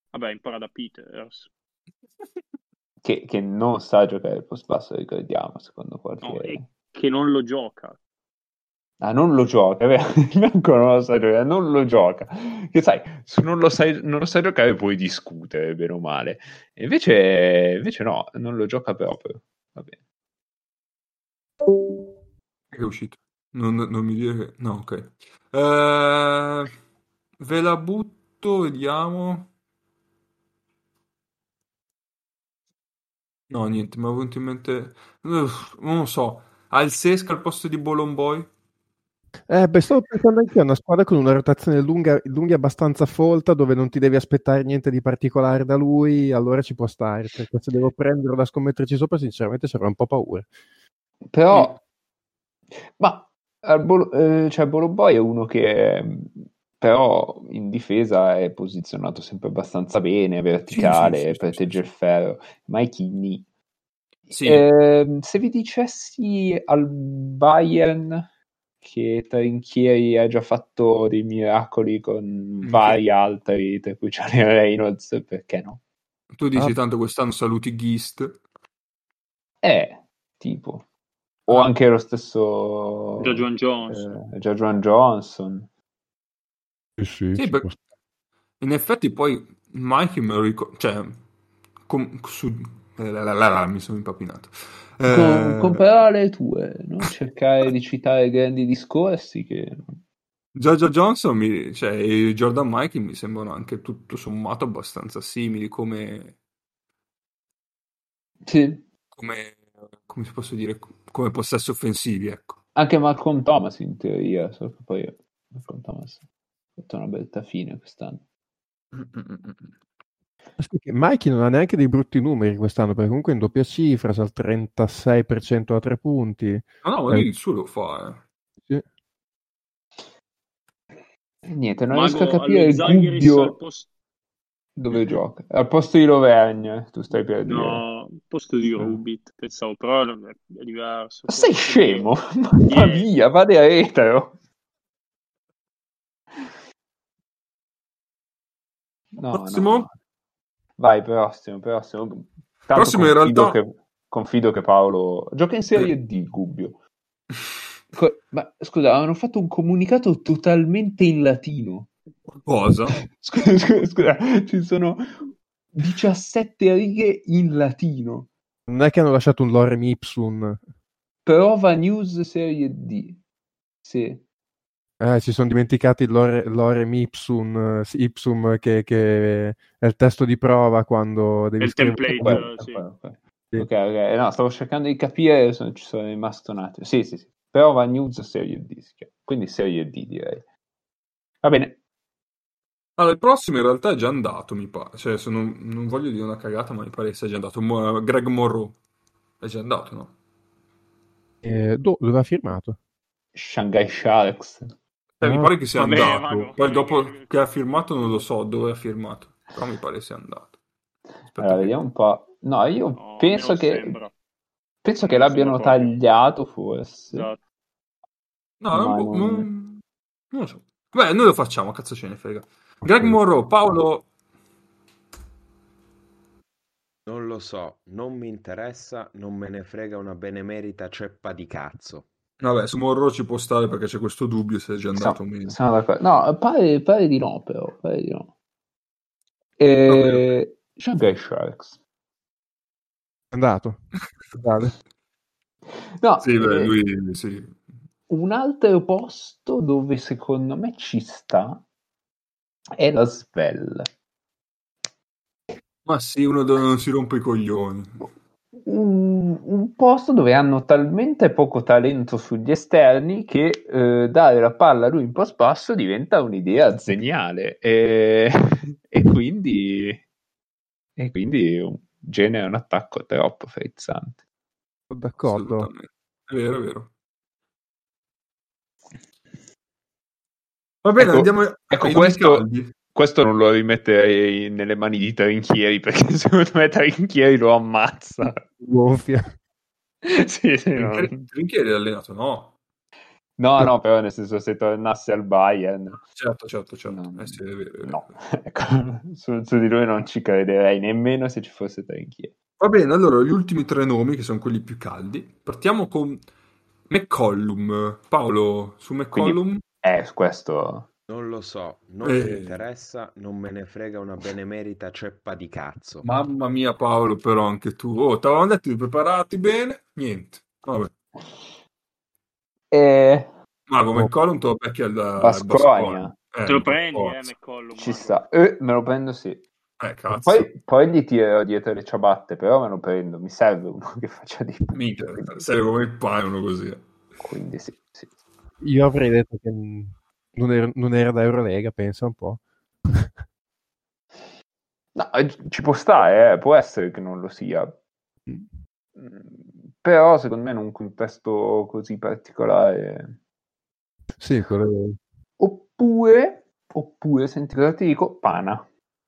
Vabbè, impara da Peters. Che, che non sa giocare il post basso, ricordiamo, secondo qualche... No, e che non lo gioca. Ah, non lo gioca, è vero? Bianco non lo sa giocare, non lo gioca. Che sai, se non lo sai, non lo sai giocare puoi discutere, bene o male. E invece, invece no, non lo gioca proprio. Va bene. È uscito. Non, non mi dire che... No, ok. Eh, ve la butto, vediamo. No, niente, mi è venuto in mente... Uff, non lo so. Al Sesca al posto di Bolomboy? Eh, beh, stavo pensando anche a una squadra con una rotazione lunga, lunga abbastanza folta, dove non ti devi aspettare niente di particolare da lui, allora ci può stare, perché se devo prenderlo da scommetterci sopra, sinceramente ci avrei un po' paura. Però, mm. ma al Bolo, eh, cioè Bolomboy è uno che eh, però in difesa è posizionato sempre abbastanza bene, verticale, Sì, sì, sì, protegge sì, il ferro. Mikey Ni. sì. Eh, se vi dicessi al Bayern che Trinchieri ha già fatto dei miracoli con Ok. vari altri, tra cui Charlie Reynolds, perché no? Tu dici Ah. tanto quest'anno saluti Gist. Eh, tipo. O Ah. anche lo stesso Jajuan Johnson. eh, Jajuan Johnson. Sì, sì, Sì, ci per- può stare. in effetti poi Mikey me lo ricordo, cioè, com- su- eh, la- la- la- la- mi sono impapinato. Com- Eh, comprerà le tue, non cercare di citare grandi discorsi che... Jojo Johnson mi- cioè, e Jordan Mikey mi sembrano anche tutto sommato abbastanza simili come, Sì. come, come si posso dire, come possessi offensivi, ecco. Anche Malcolm Thomas in teoria, solo che poi Malcolm Thomas ha fatto una bella fine quest'anno. Sì, che Mikey non ha neanche dei brutti numeri quest'anno, perché comunque in doppia cifra, sa il trentasei per cento a tre punti. No, no, ma Eh, lui il suo lo fa, eh. sì. Niente, non riesco a Mago capire allo il Zalgiris al Gubbio posto... dove gioca. Al posto di Lovergne, tu stai per dire. No, al posto di Rubit, pensavo, però non è, è diverso. Ma sei forse. scemo? Oddio. Ma Niente. via, vade a etero. No, Prossimo? no. Vai, prossimo, prossimo. Tanto Prossimo in confido, realtà... che, confido che Paolo... Gioca in Serie Eh. D, Gubbio. Co- Ma scusa, hanno fatto un comunicato totalmente in latino. Cosa? Scusa, scusa, scusa, ci sono diciassette righe in latino. Non è che hanno lasciato un lorem ipsum. Prova News Serie D. Sì. Eh, si sono dimenticati il lore, lorem ipsum, eh, ipsum che, che è il testo di prova quando devi Il scrivere. template. Ok, Eh, sì. ok, ok. Sì. Ok, ok. No, stavo cercando di capire, sono- ci sono rimasto un attimo. Sì, sì, sì. Prova News Serie D, si chiama. Quindi Serie D, direi. Va bene. Allora, il prossimo in realtà è già andato, mi pare. Cioè, se non, non voglio dire una cagata, ma mi pare sia già andato. Mo- Greg Monroe è già andato, no? Eh, do- dove ha firmato? Shanghai Sharks. Eh, mi Ah, pare che sia Vabbè, andato. Mago, Poi non è dopo che- che ha firmato non lo so dove ha firmato. Però mi pare sia andato. Aspetta Allora, che... vediamo un po'. No, io No, a me penso non che sembra. penso A me che non sembra l'abbiano proprio. tagliato forse, Esatto. No, non, ma boh, non... non- non lo so. Beh, noi lo facciamo, cazzo ce ne frega. Greg ok. Monroe, Paolo... Non lo so, non mi interessa, non me ne frega una benemerita ceppa di cazzo. Vabbè, su Monroe ci può stare perché c'è questo dubbio se è già andato o Sono, meno. sono d'accordo. No, pare, pare di no, però. Pare di no. Vabbè, vabbè. E... Shanghai Sharks. È andato. Vale. No, Sì, beh, eh, lui sì. un altro posto dove secondo me ci sta è la Svel. Ma sì, uno dove non si rompe i coglioni. Un, un posto dove hanno talmente poco talento sugli esterni che eh, dare la palla a lui in post basso diventa un'idea geniale e, e quindi e quindi un- genera un attacco troppo frizzante. Sono d'accordo. Assolutamente. È vero, è vero. Va bene, Ecco, andiamo ecco ai nomi questo, caldi. questo non lo rimetterei nelle mani di Trinchieri perché secondo me Trinchieri lo ammazza. Gonfia. Sì, sì, Trinchieri, non- Trinchieri è allenato, no? No, no, però nel senso se tornasse al Bayern, Certo, certo, certo. no, Eh sì, è vero, è vero. no. Ecco, su, su di lui non ci crederei nemmeno se ci fosse Trinchieri. Va bene, allora gli ultimi tre nomi, che sono quelli più caldi. Partiamo con McCollum. Paolo, su Quindi, McCollum? eh, su questo... Non lo so, non mi Eh, interessa, non me ne frega una benemerita ceppa di cazzo. mamma mia, Paolo, però anche tu. Oh, ti avevamo detto di prepararti bene? Niente. Vabbè. E... Mago, Oh, McCollum te lo becchi al, al Basconia. Eh, Te lo per prendi, eh, forza. McCollum. Ci Mago. sta. Eh, me lo prendo, sì. Eh, cazzo. Poi, poi gli tiro dietro le ciabatte, però me lo prendo. Mi serve uno che faccia di più. Minchia, sei come il pane, uno così. Quindi sì, sì. io avrei detto che non era, non era da Eurolega, pensa un po'. No, eh, ci può stare, eh, può essere che non lo sia. Mm. Mm, Però secondo me in un contesto così particolare. Sì, quello... Oppure, oppure, senti cosa ti dico, Pana.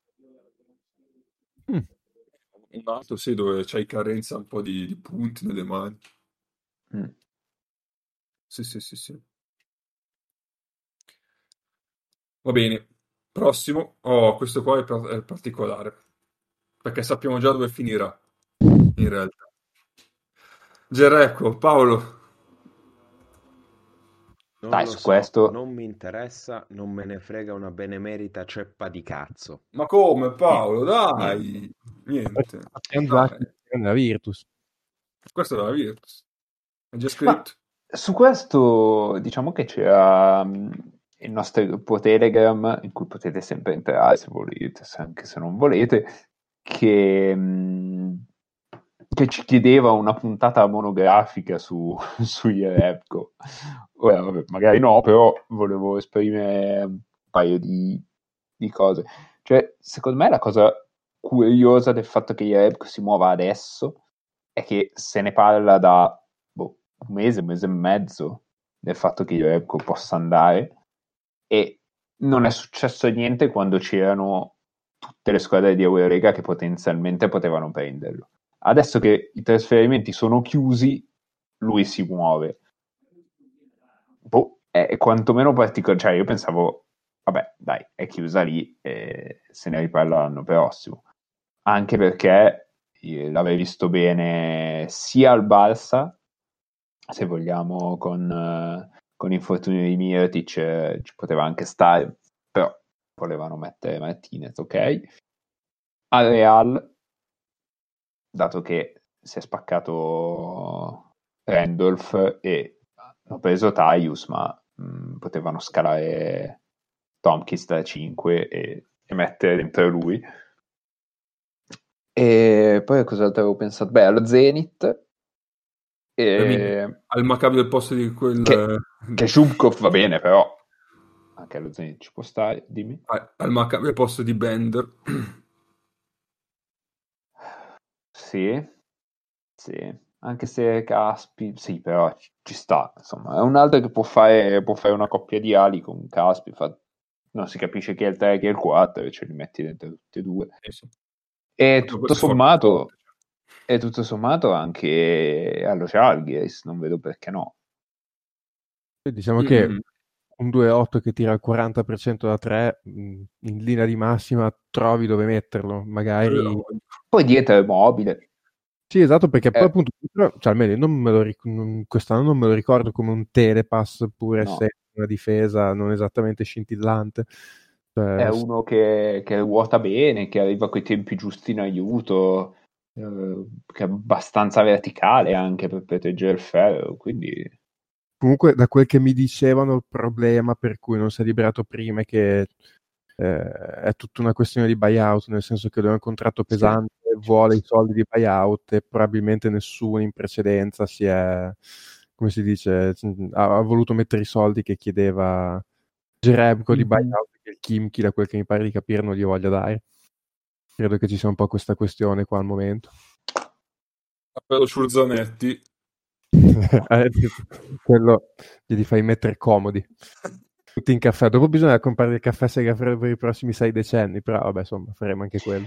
Mm. Un altro, sì, dove c'hai carenza un po' di, di punti nelle mani. Mm. Sì, sì, sì, sì. Va bene. Prossimo. Oh, questo qua è, par- è particolare. Perché sappiamo già dove finirà, in realtà. Gerecco, Paolo. Non Dai, lo su so, questo... non mi interessa, non me ne frega una benemerita ceppa di cazzo. Ma come, Paolo? Niente. Dai. Niente. Sappiamo già Dai. che è nella Virtus. Questo è la Virtus. È già Ma scritto. su questo diciamo che c'era mm, il nostro gruppo Telegram, in cui potete sempre entrare se volete, se- anche se non volete, che, mm, che ci chiedeva una puntata monografica su, sugli Repco. Ora, vabbè, magari no, però volevo esprimere un paio di, di cose. Cioè, secondo me la cosa curiosa del fatto che gli Repco si muova adesso è che se ne parla da boh, un mese, un mese e mezzo del fatto che Rebco possa andare e non è successo niente quando c'erano tutte le squadre di Eurolega che potenzialmente potevano prenderlo. Adesso che i trasferimenti sono chiusi, lui si muove. Boh, è quantomeno particolare. Cioè, io pensavo, vabbè, dai, è chiusa lì e se ne riparla l'anno prossimo. Anche perché eh, l'avevi visto bene sia al Barça, se vogliamo, con, eh, con infortunio di Mirotic eh, ci poteva anche stare, però volevano mettere Martinez, ok? Al Real, dato che si è spaccato Randolph e hanno preso Tyus, ma mh, potevano scalare Tompkins da cinque e, e mettere dentro lui. E poi cos'altro avevo pensato? Beh, allo Zenit. E... Al Maccabi del posto di quel... Che, che Shubkov va bene, però anche allo Zenit ci può stare, dimmi. Al Maccabi al posto di Bender. Sì, sì, anche se Caspi, sì, però ci, ci sta, insomma, è un altro che può fare, può fare una coppia di ali con Caspi, fa... non si capisce chi è il tre e chi è il quattro, e ce li metti dentro tutti e due. Eh sì. E Tutto tutto questo forte, sommato, forte, e tutto sommato anche allo Žalgiris, non vedo perché no. Diciamo cioè. che Mm. un due otto che tira il quaranta per cento da tre, mh, in linea di massima trovi dove metterlo, magari... Poi dietro è mobile. Sì, esatto, perché poi Eh. appunto, cioè almeno non me lo ric- non- quest'anno non me lo ricordo come un telepass, pure No. se è una difesa non esattamente scintillante. Cioè, È uno che, che ruota bene, che arriva coi tempi giusti in aiuto, eh, che è abbastanza verticale anche per proteggere il ferro, quindi... comunque, da quel che mi dicevano, il problema per cui non si è liberato prima è che eh, è tutta una questione di buyout, nel senso che lui ha un contratto pesante, sì, vuole i soldi di buyout e probabilmente nessuno in precedenza si è, come si dice, ha, ha voluto mettere i soldi che chiedeva Jerebko di buyout, che il Kimchi, da quel che mi pare di capire, non gli voglia dare. Credo che ci sia un po' questa questione qua al momento. Appello Ciurzanetti. Quello gli fai mettere comodi tutti in caffè. Dopo bisogna comprare il caffè segafredo per i prossimi sei decenni, però vabbè, insomma, faremo anche quello.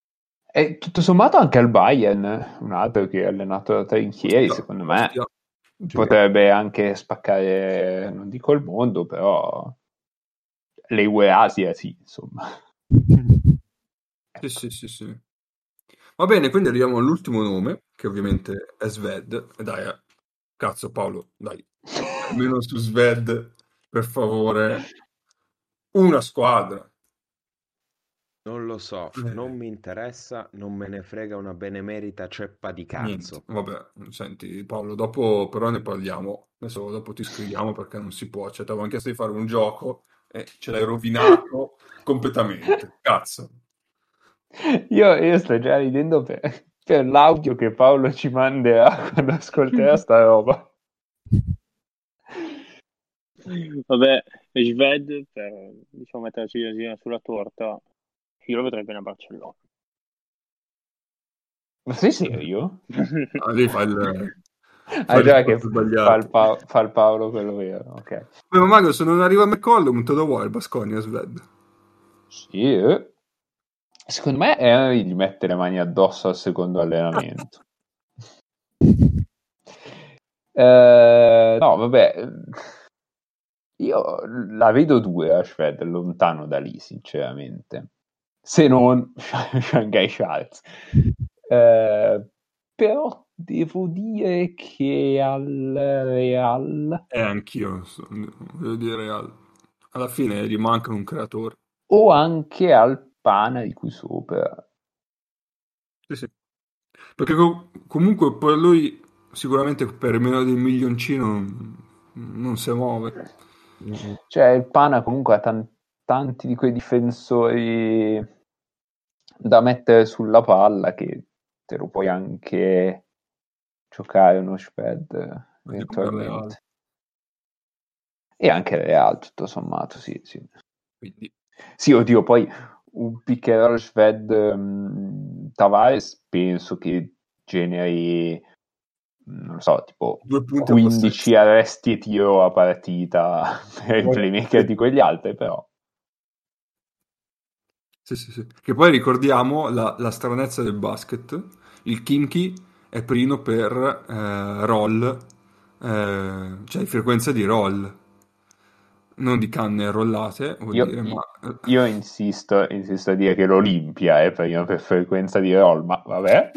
E tutto sommato anche al Bayern, un altro che è allenato da Trinchieri, Ostia, secondo me. ostia. Sì. potrebbe anche spaccare, non dico il mondo, però le Eurasia sì, insomma. Sì, sì, sì, sì. Va bene, quindi arriviamo all'ultimo nome, che ovviamente è Sved. E dai, eh, cazzo Paolo, dai, almeno su Sved, per favore, una squadra. Non lo so, non Eh, mi interessa, non me ne frega una benemerita ceppa di niente, cazzo. vabbè, senti Paolo, dopo però ne parliamo. Adesso dopo ti scriviamo perché non si può. Cioè, ti avevo anche chiesto di fare un gioco e ce l'hai rovinato completamente. Cazzo. Io, io sto già ridendo per, per l'audio che Paolo ci manderà quando ascolterà sta roba. Vabbè, Sved, per diciamo, metterci la ciliegina sulla torta, io lo vedrei bene a Barcellona. Ma sei serio? Ah, lì fa il, fa Ah il già che risposto fa il, sbagliato. Pa- fa il Paolo quello vero, ok. Beh, ma Mago, se non arriva McCollum, te lo vuoi il Baskonia Sved? Sì, eh. Secondo me Henry gli mette le mani addosso al secondo allenamento. Eh, no, vabbè, io la vedo due a Shred, lontano da lì, sinceramente. Se non Shanghai Sharks. Eh, però devo dire che al Real E anch'io, so- voglio dire, al- alla fine gli manca un creatore. o anche al Pana di qui sopra. Sì, sì. Perché co- comunque per lui sicuramente per meno del milioncino non, non si muove. Mm. Cioè, il Pana comunque ha tan- tanti di quei difensori da mettere sulla palla che te lo puoi anche giocare uno Shped Così come il Real. eventualmente. E anche il Real, tutto sommato, sì, sì. Quindi, Sì, oddio, poi un pick and roll Shved um, Tavares penso che generi, non lo so, tipo due punti a quindici possesso. arresti e tiro a partita per il Poi- playmaker di quegli altri, però. Sì, sì, sì. Che poi ricordiamo la, la stranezza del basket. Il Kinky è primo per eh, roll, eh, cioè frequenza di roll, non di canne rollate, vuol Io, dire, ma... eh, io insisto, insisto a dire che l'Olimpia è prima per frequenza di roll, ma vabbè.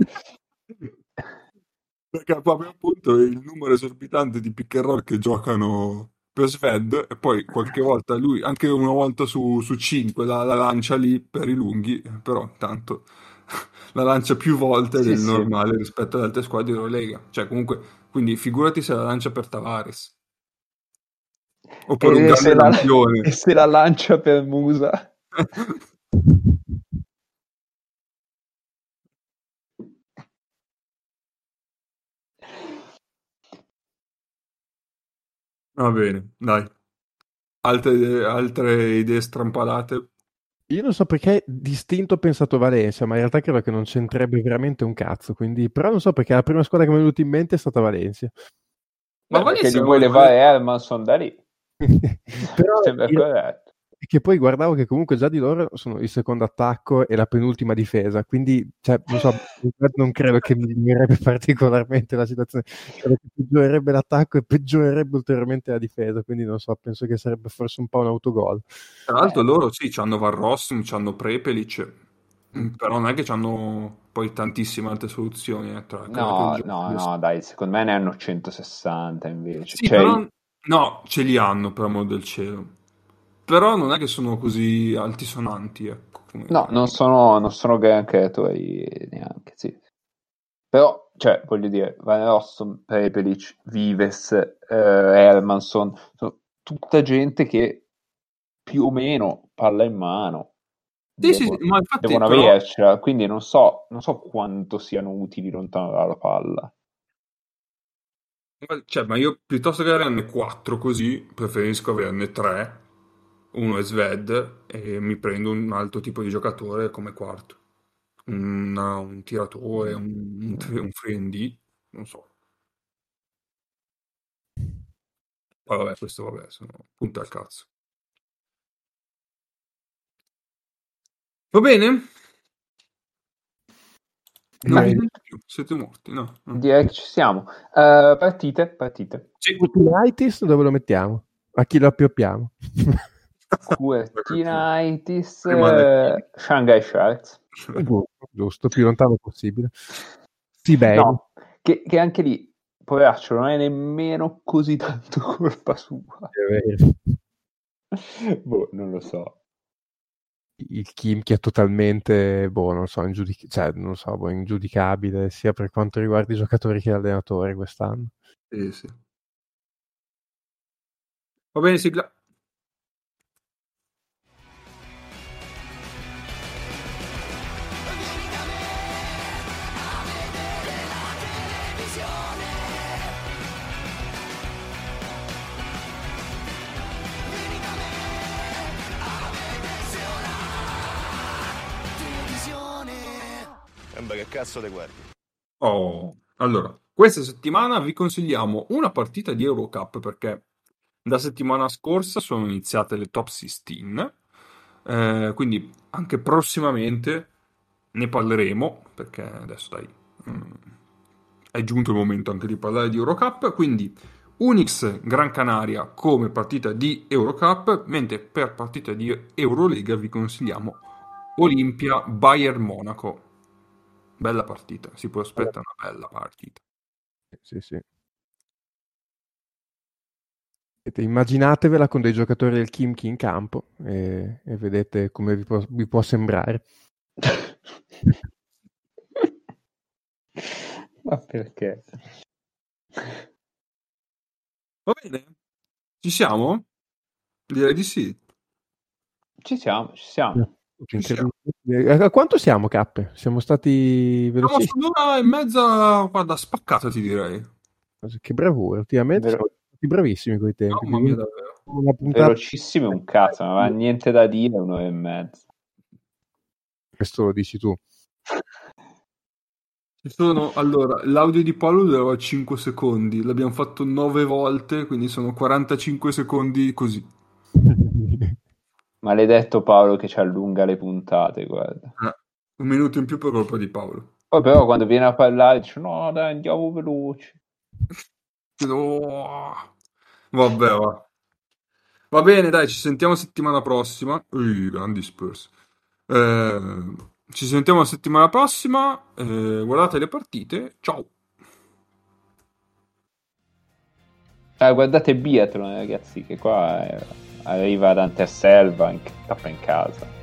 Perché proprio appunto il numero esorbitante di pick and roll che giocano per Sved e poi qualche volta lui, anche una volta su, su cinque, la, la lancia lì per i lunghi, però tanto la lancia più volte Sì, del sì. normale rispetto ad altre squadre di Eurolega. Cioè comunque, quindi figurati se la lancia per Tavares o per un E se grande la, lampione. e se la lancia per Musa? Va bene, dai. Altre, altre idee strampalate. Io non so perché distinto ho pensato Valencia, ma in realtà credo che non c'entrerebbe veramente un cazzo, quindi... però non so perché la prima squadra che mi è venuta in mente è stata Valencia. Ma Beh, perché Valencia gli è vuoi una levare Hermanson da lì. Però Sembra io- corretto. che poi guardavo che comunque già di loro sono il secondo attacco e la penultima difesa, quindi cioè, non so, non credo che migliorerebbe particolarmente la situazione, credo che peggiorerebbe l'attacco e peggiorerebbe ulteriormente la difesa, quindi non so, penso che sarebbe forse un po' un autogol. Tra l'altro Eh, loro sì, c'hanno Van Rossum, c'hanno Prepelic, mm, però non è che c'hanno poi tantissime altre soluzioni, eh, tra quelle che no, giochi. no, no, dai, secondo me ne hanno centosessanta invece. Sì, Cioè, però no, ce li hanno per amor del cielo. Però non è che sono così altisonanti, ecco. no, come- non sono, non sono gran creatori neanche, sì. Però, cioè, voglio dire, Van Rossum, Prepelic, Vives, eh, Hermanson, sono tutta gente che più o meno palla in mano Sì, sì, sì, devono, ma infatti devono però, avercela, quindi non so, non so quanto siano utili lontano dalla palla. cioè, ma io piuttosto che averne quattro così, preferisco averne tre, uno è Sved e mi prendo un altro tipo di giocatore come quarto. Un, un tiratore, un, un, tre- un tre and D, non so. Poi vabbè, questo vabbè, sono punta al cazzo. Va bene? Non vi Direi- sento più, siete morti, no? no. Direi che ci siamo. Eh, partite, partite. Sì. Fortunitis dove lo mettiamo? A chi lo appioppiamo? Qwertinitis, Rimane- eh, Shanghai Sharks. giusto, giusto, più lontano possibile. Sì, bene. No, che, che anche lì, poveraccio, non è nemmeno così tanto colpa sua. È vero. Boh, non lo so. Il Kim che è totalmente, boh, non so, ingiudic- cioè, non so, boh, ingiudicabile sia per quanto riguarda i giocatori che gli allenatori quest'anno. Sì, sì. Va bene, sigla. Sembra che cazzo te guardi. Oh, allora, questa settimana vi consigliamo una partita di Eurocup perché la settimana scorsa sono iniziate le top sedici, eh, quindi anche prossimamente ne parleremo perché adesso dai, mm, è giunto il momento anche di parlare di Eurocup, quindi Unix Gran Canaria come partita di Eurocup, mentre per partita di Eurolega vi consigliamo Olimpia Bayern Monaco. Bella partita, si può aspettare una bella partita. Sì, sì. Vedete, immaginatevela con dei giocatori del Kim Kim in campo e, e vedete come vi può, vi può sembrare. Ma perché? Va bene? Ci siamo? Direi di sì. Ci siamo, ci siamo. Ci siamo. Incredibile. A quanto siamo, Cappe? Siamo stati Siamo veloci. sull'ora e mezza, guarda, spaccata ti direi. Che bravura, ultimamente Vero- siamo stati bravissimi con i tempi. Mamma mia, davvero. Una puntata... Velocissimo è un cazzo, non aveva niente da dire, un'ora e mezza. Questo lo dici tu. Ci sono, allora, l'audio di Paolo durava cinque secondi, l'abbiamo fatto nove volte, quindi sono quarantacinque secondi così. Maledetto Paolo che ci allunga le puntate, guarda. Eh, un minuto in più per colpa di Paolo. Poi però quando viene a parlare dice no dai andiamo veloci. Oh. Vabbè, va. Va bene, dai, ci sentiamo settimana prossima. Ui, grandi Spurs. Eh, ci sentiamo la settimana prossima. Eh, guardate le partite. Ciao. Ah, guardate Biathlon ragazzi che qua eh, arriva Dante Selva in tappa in casa.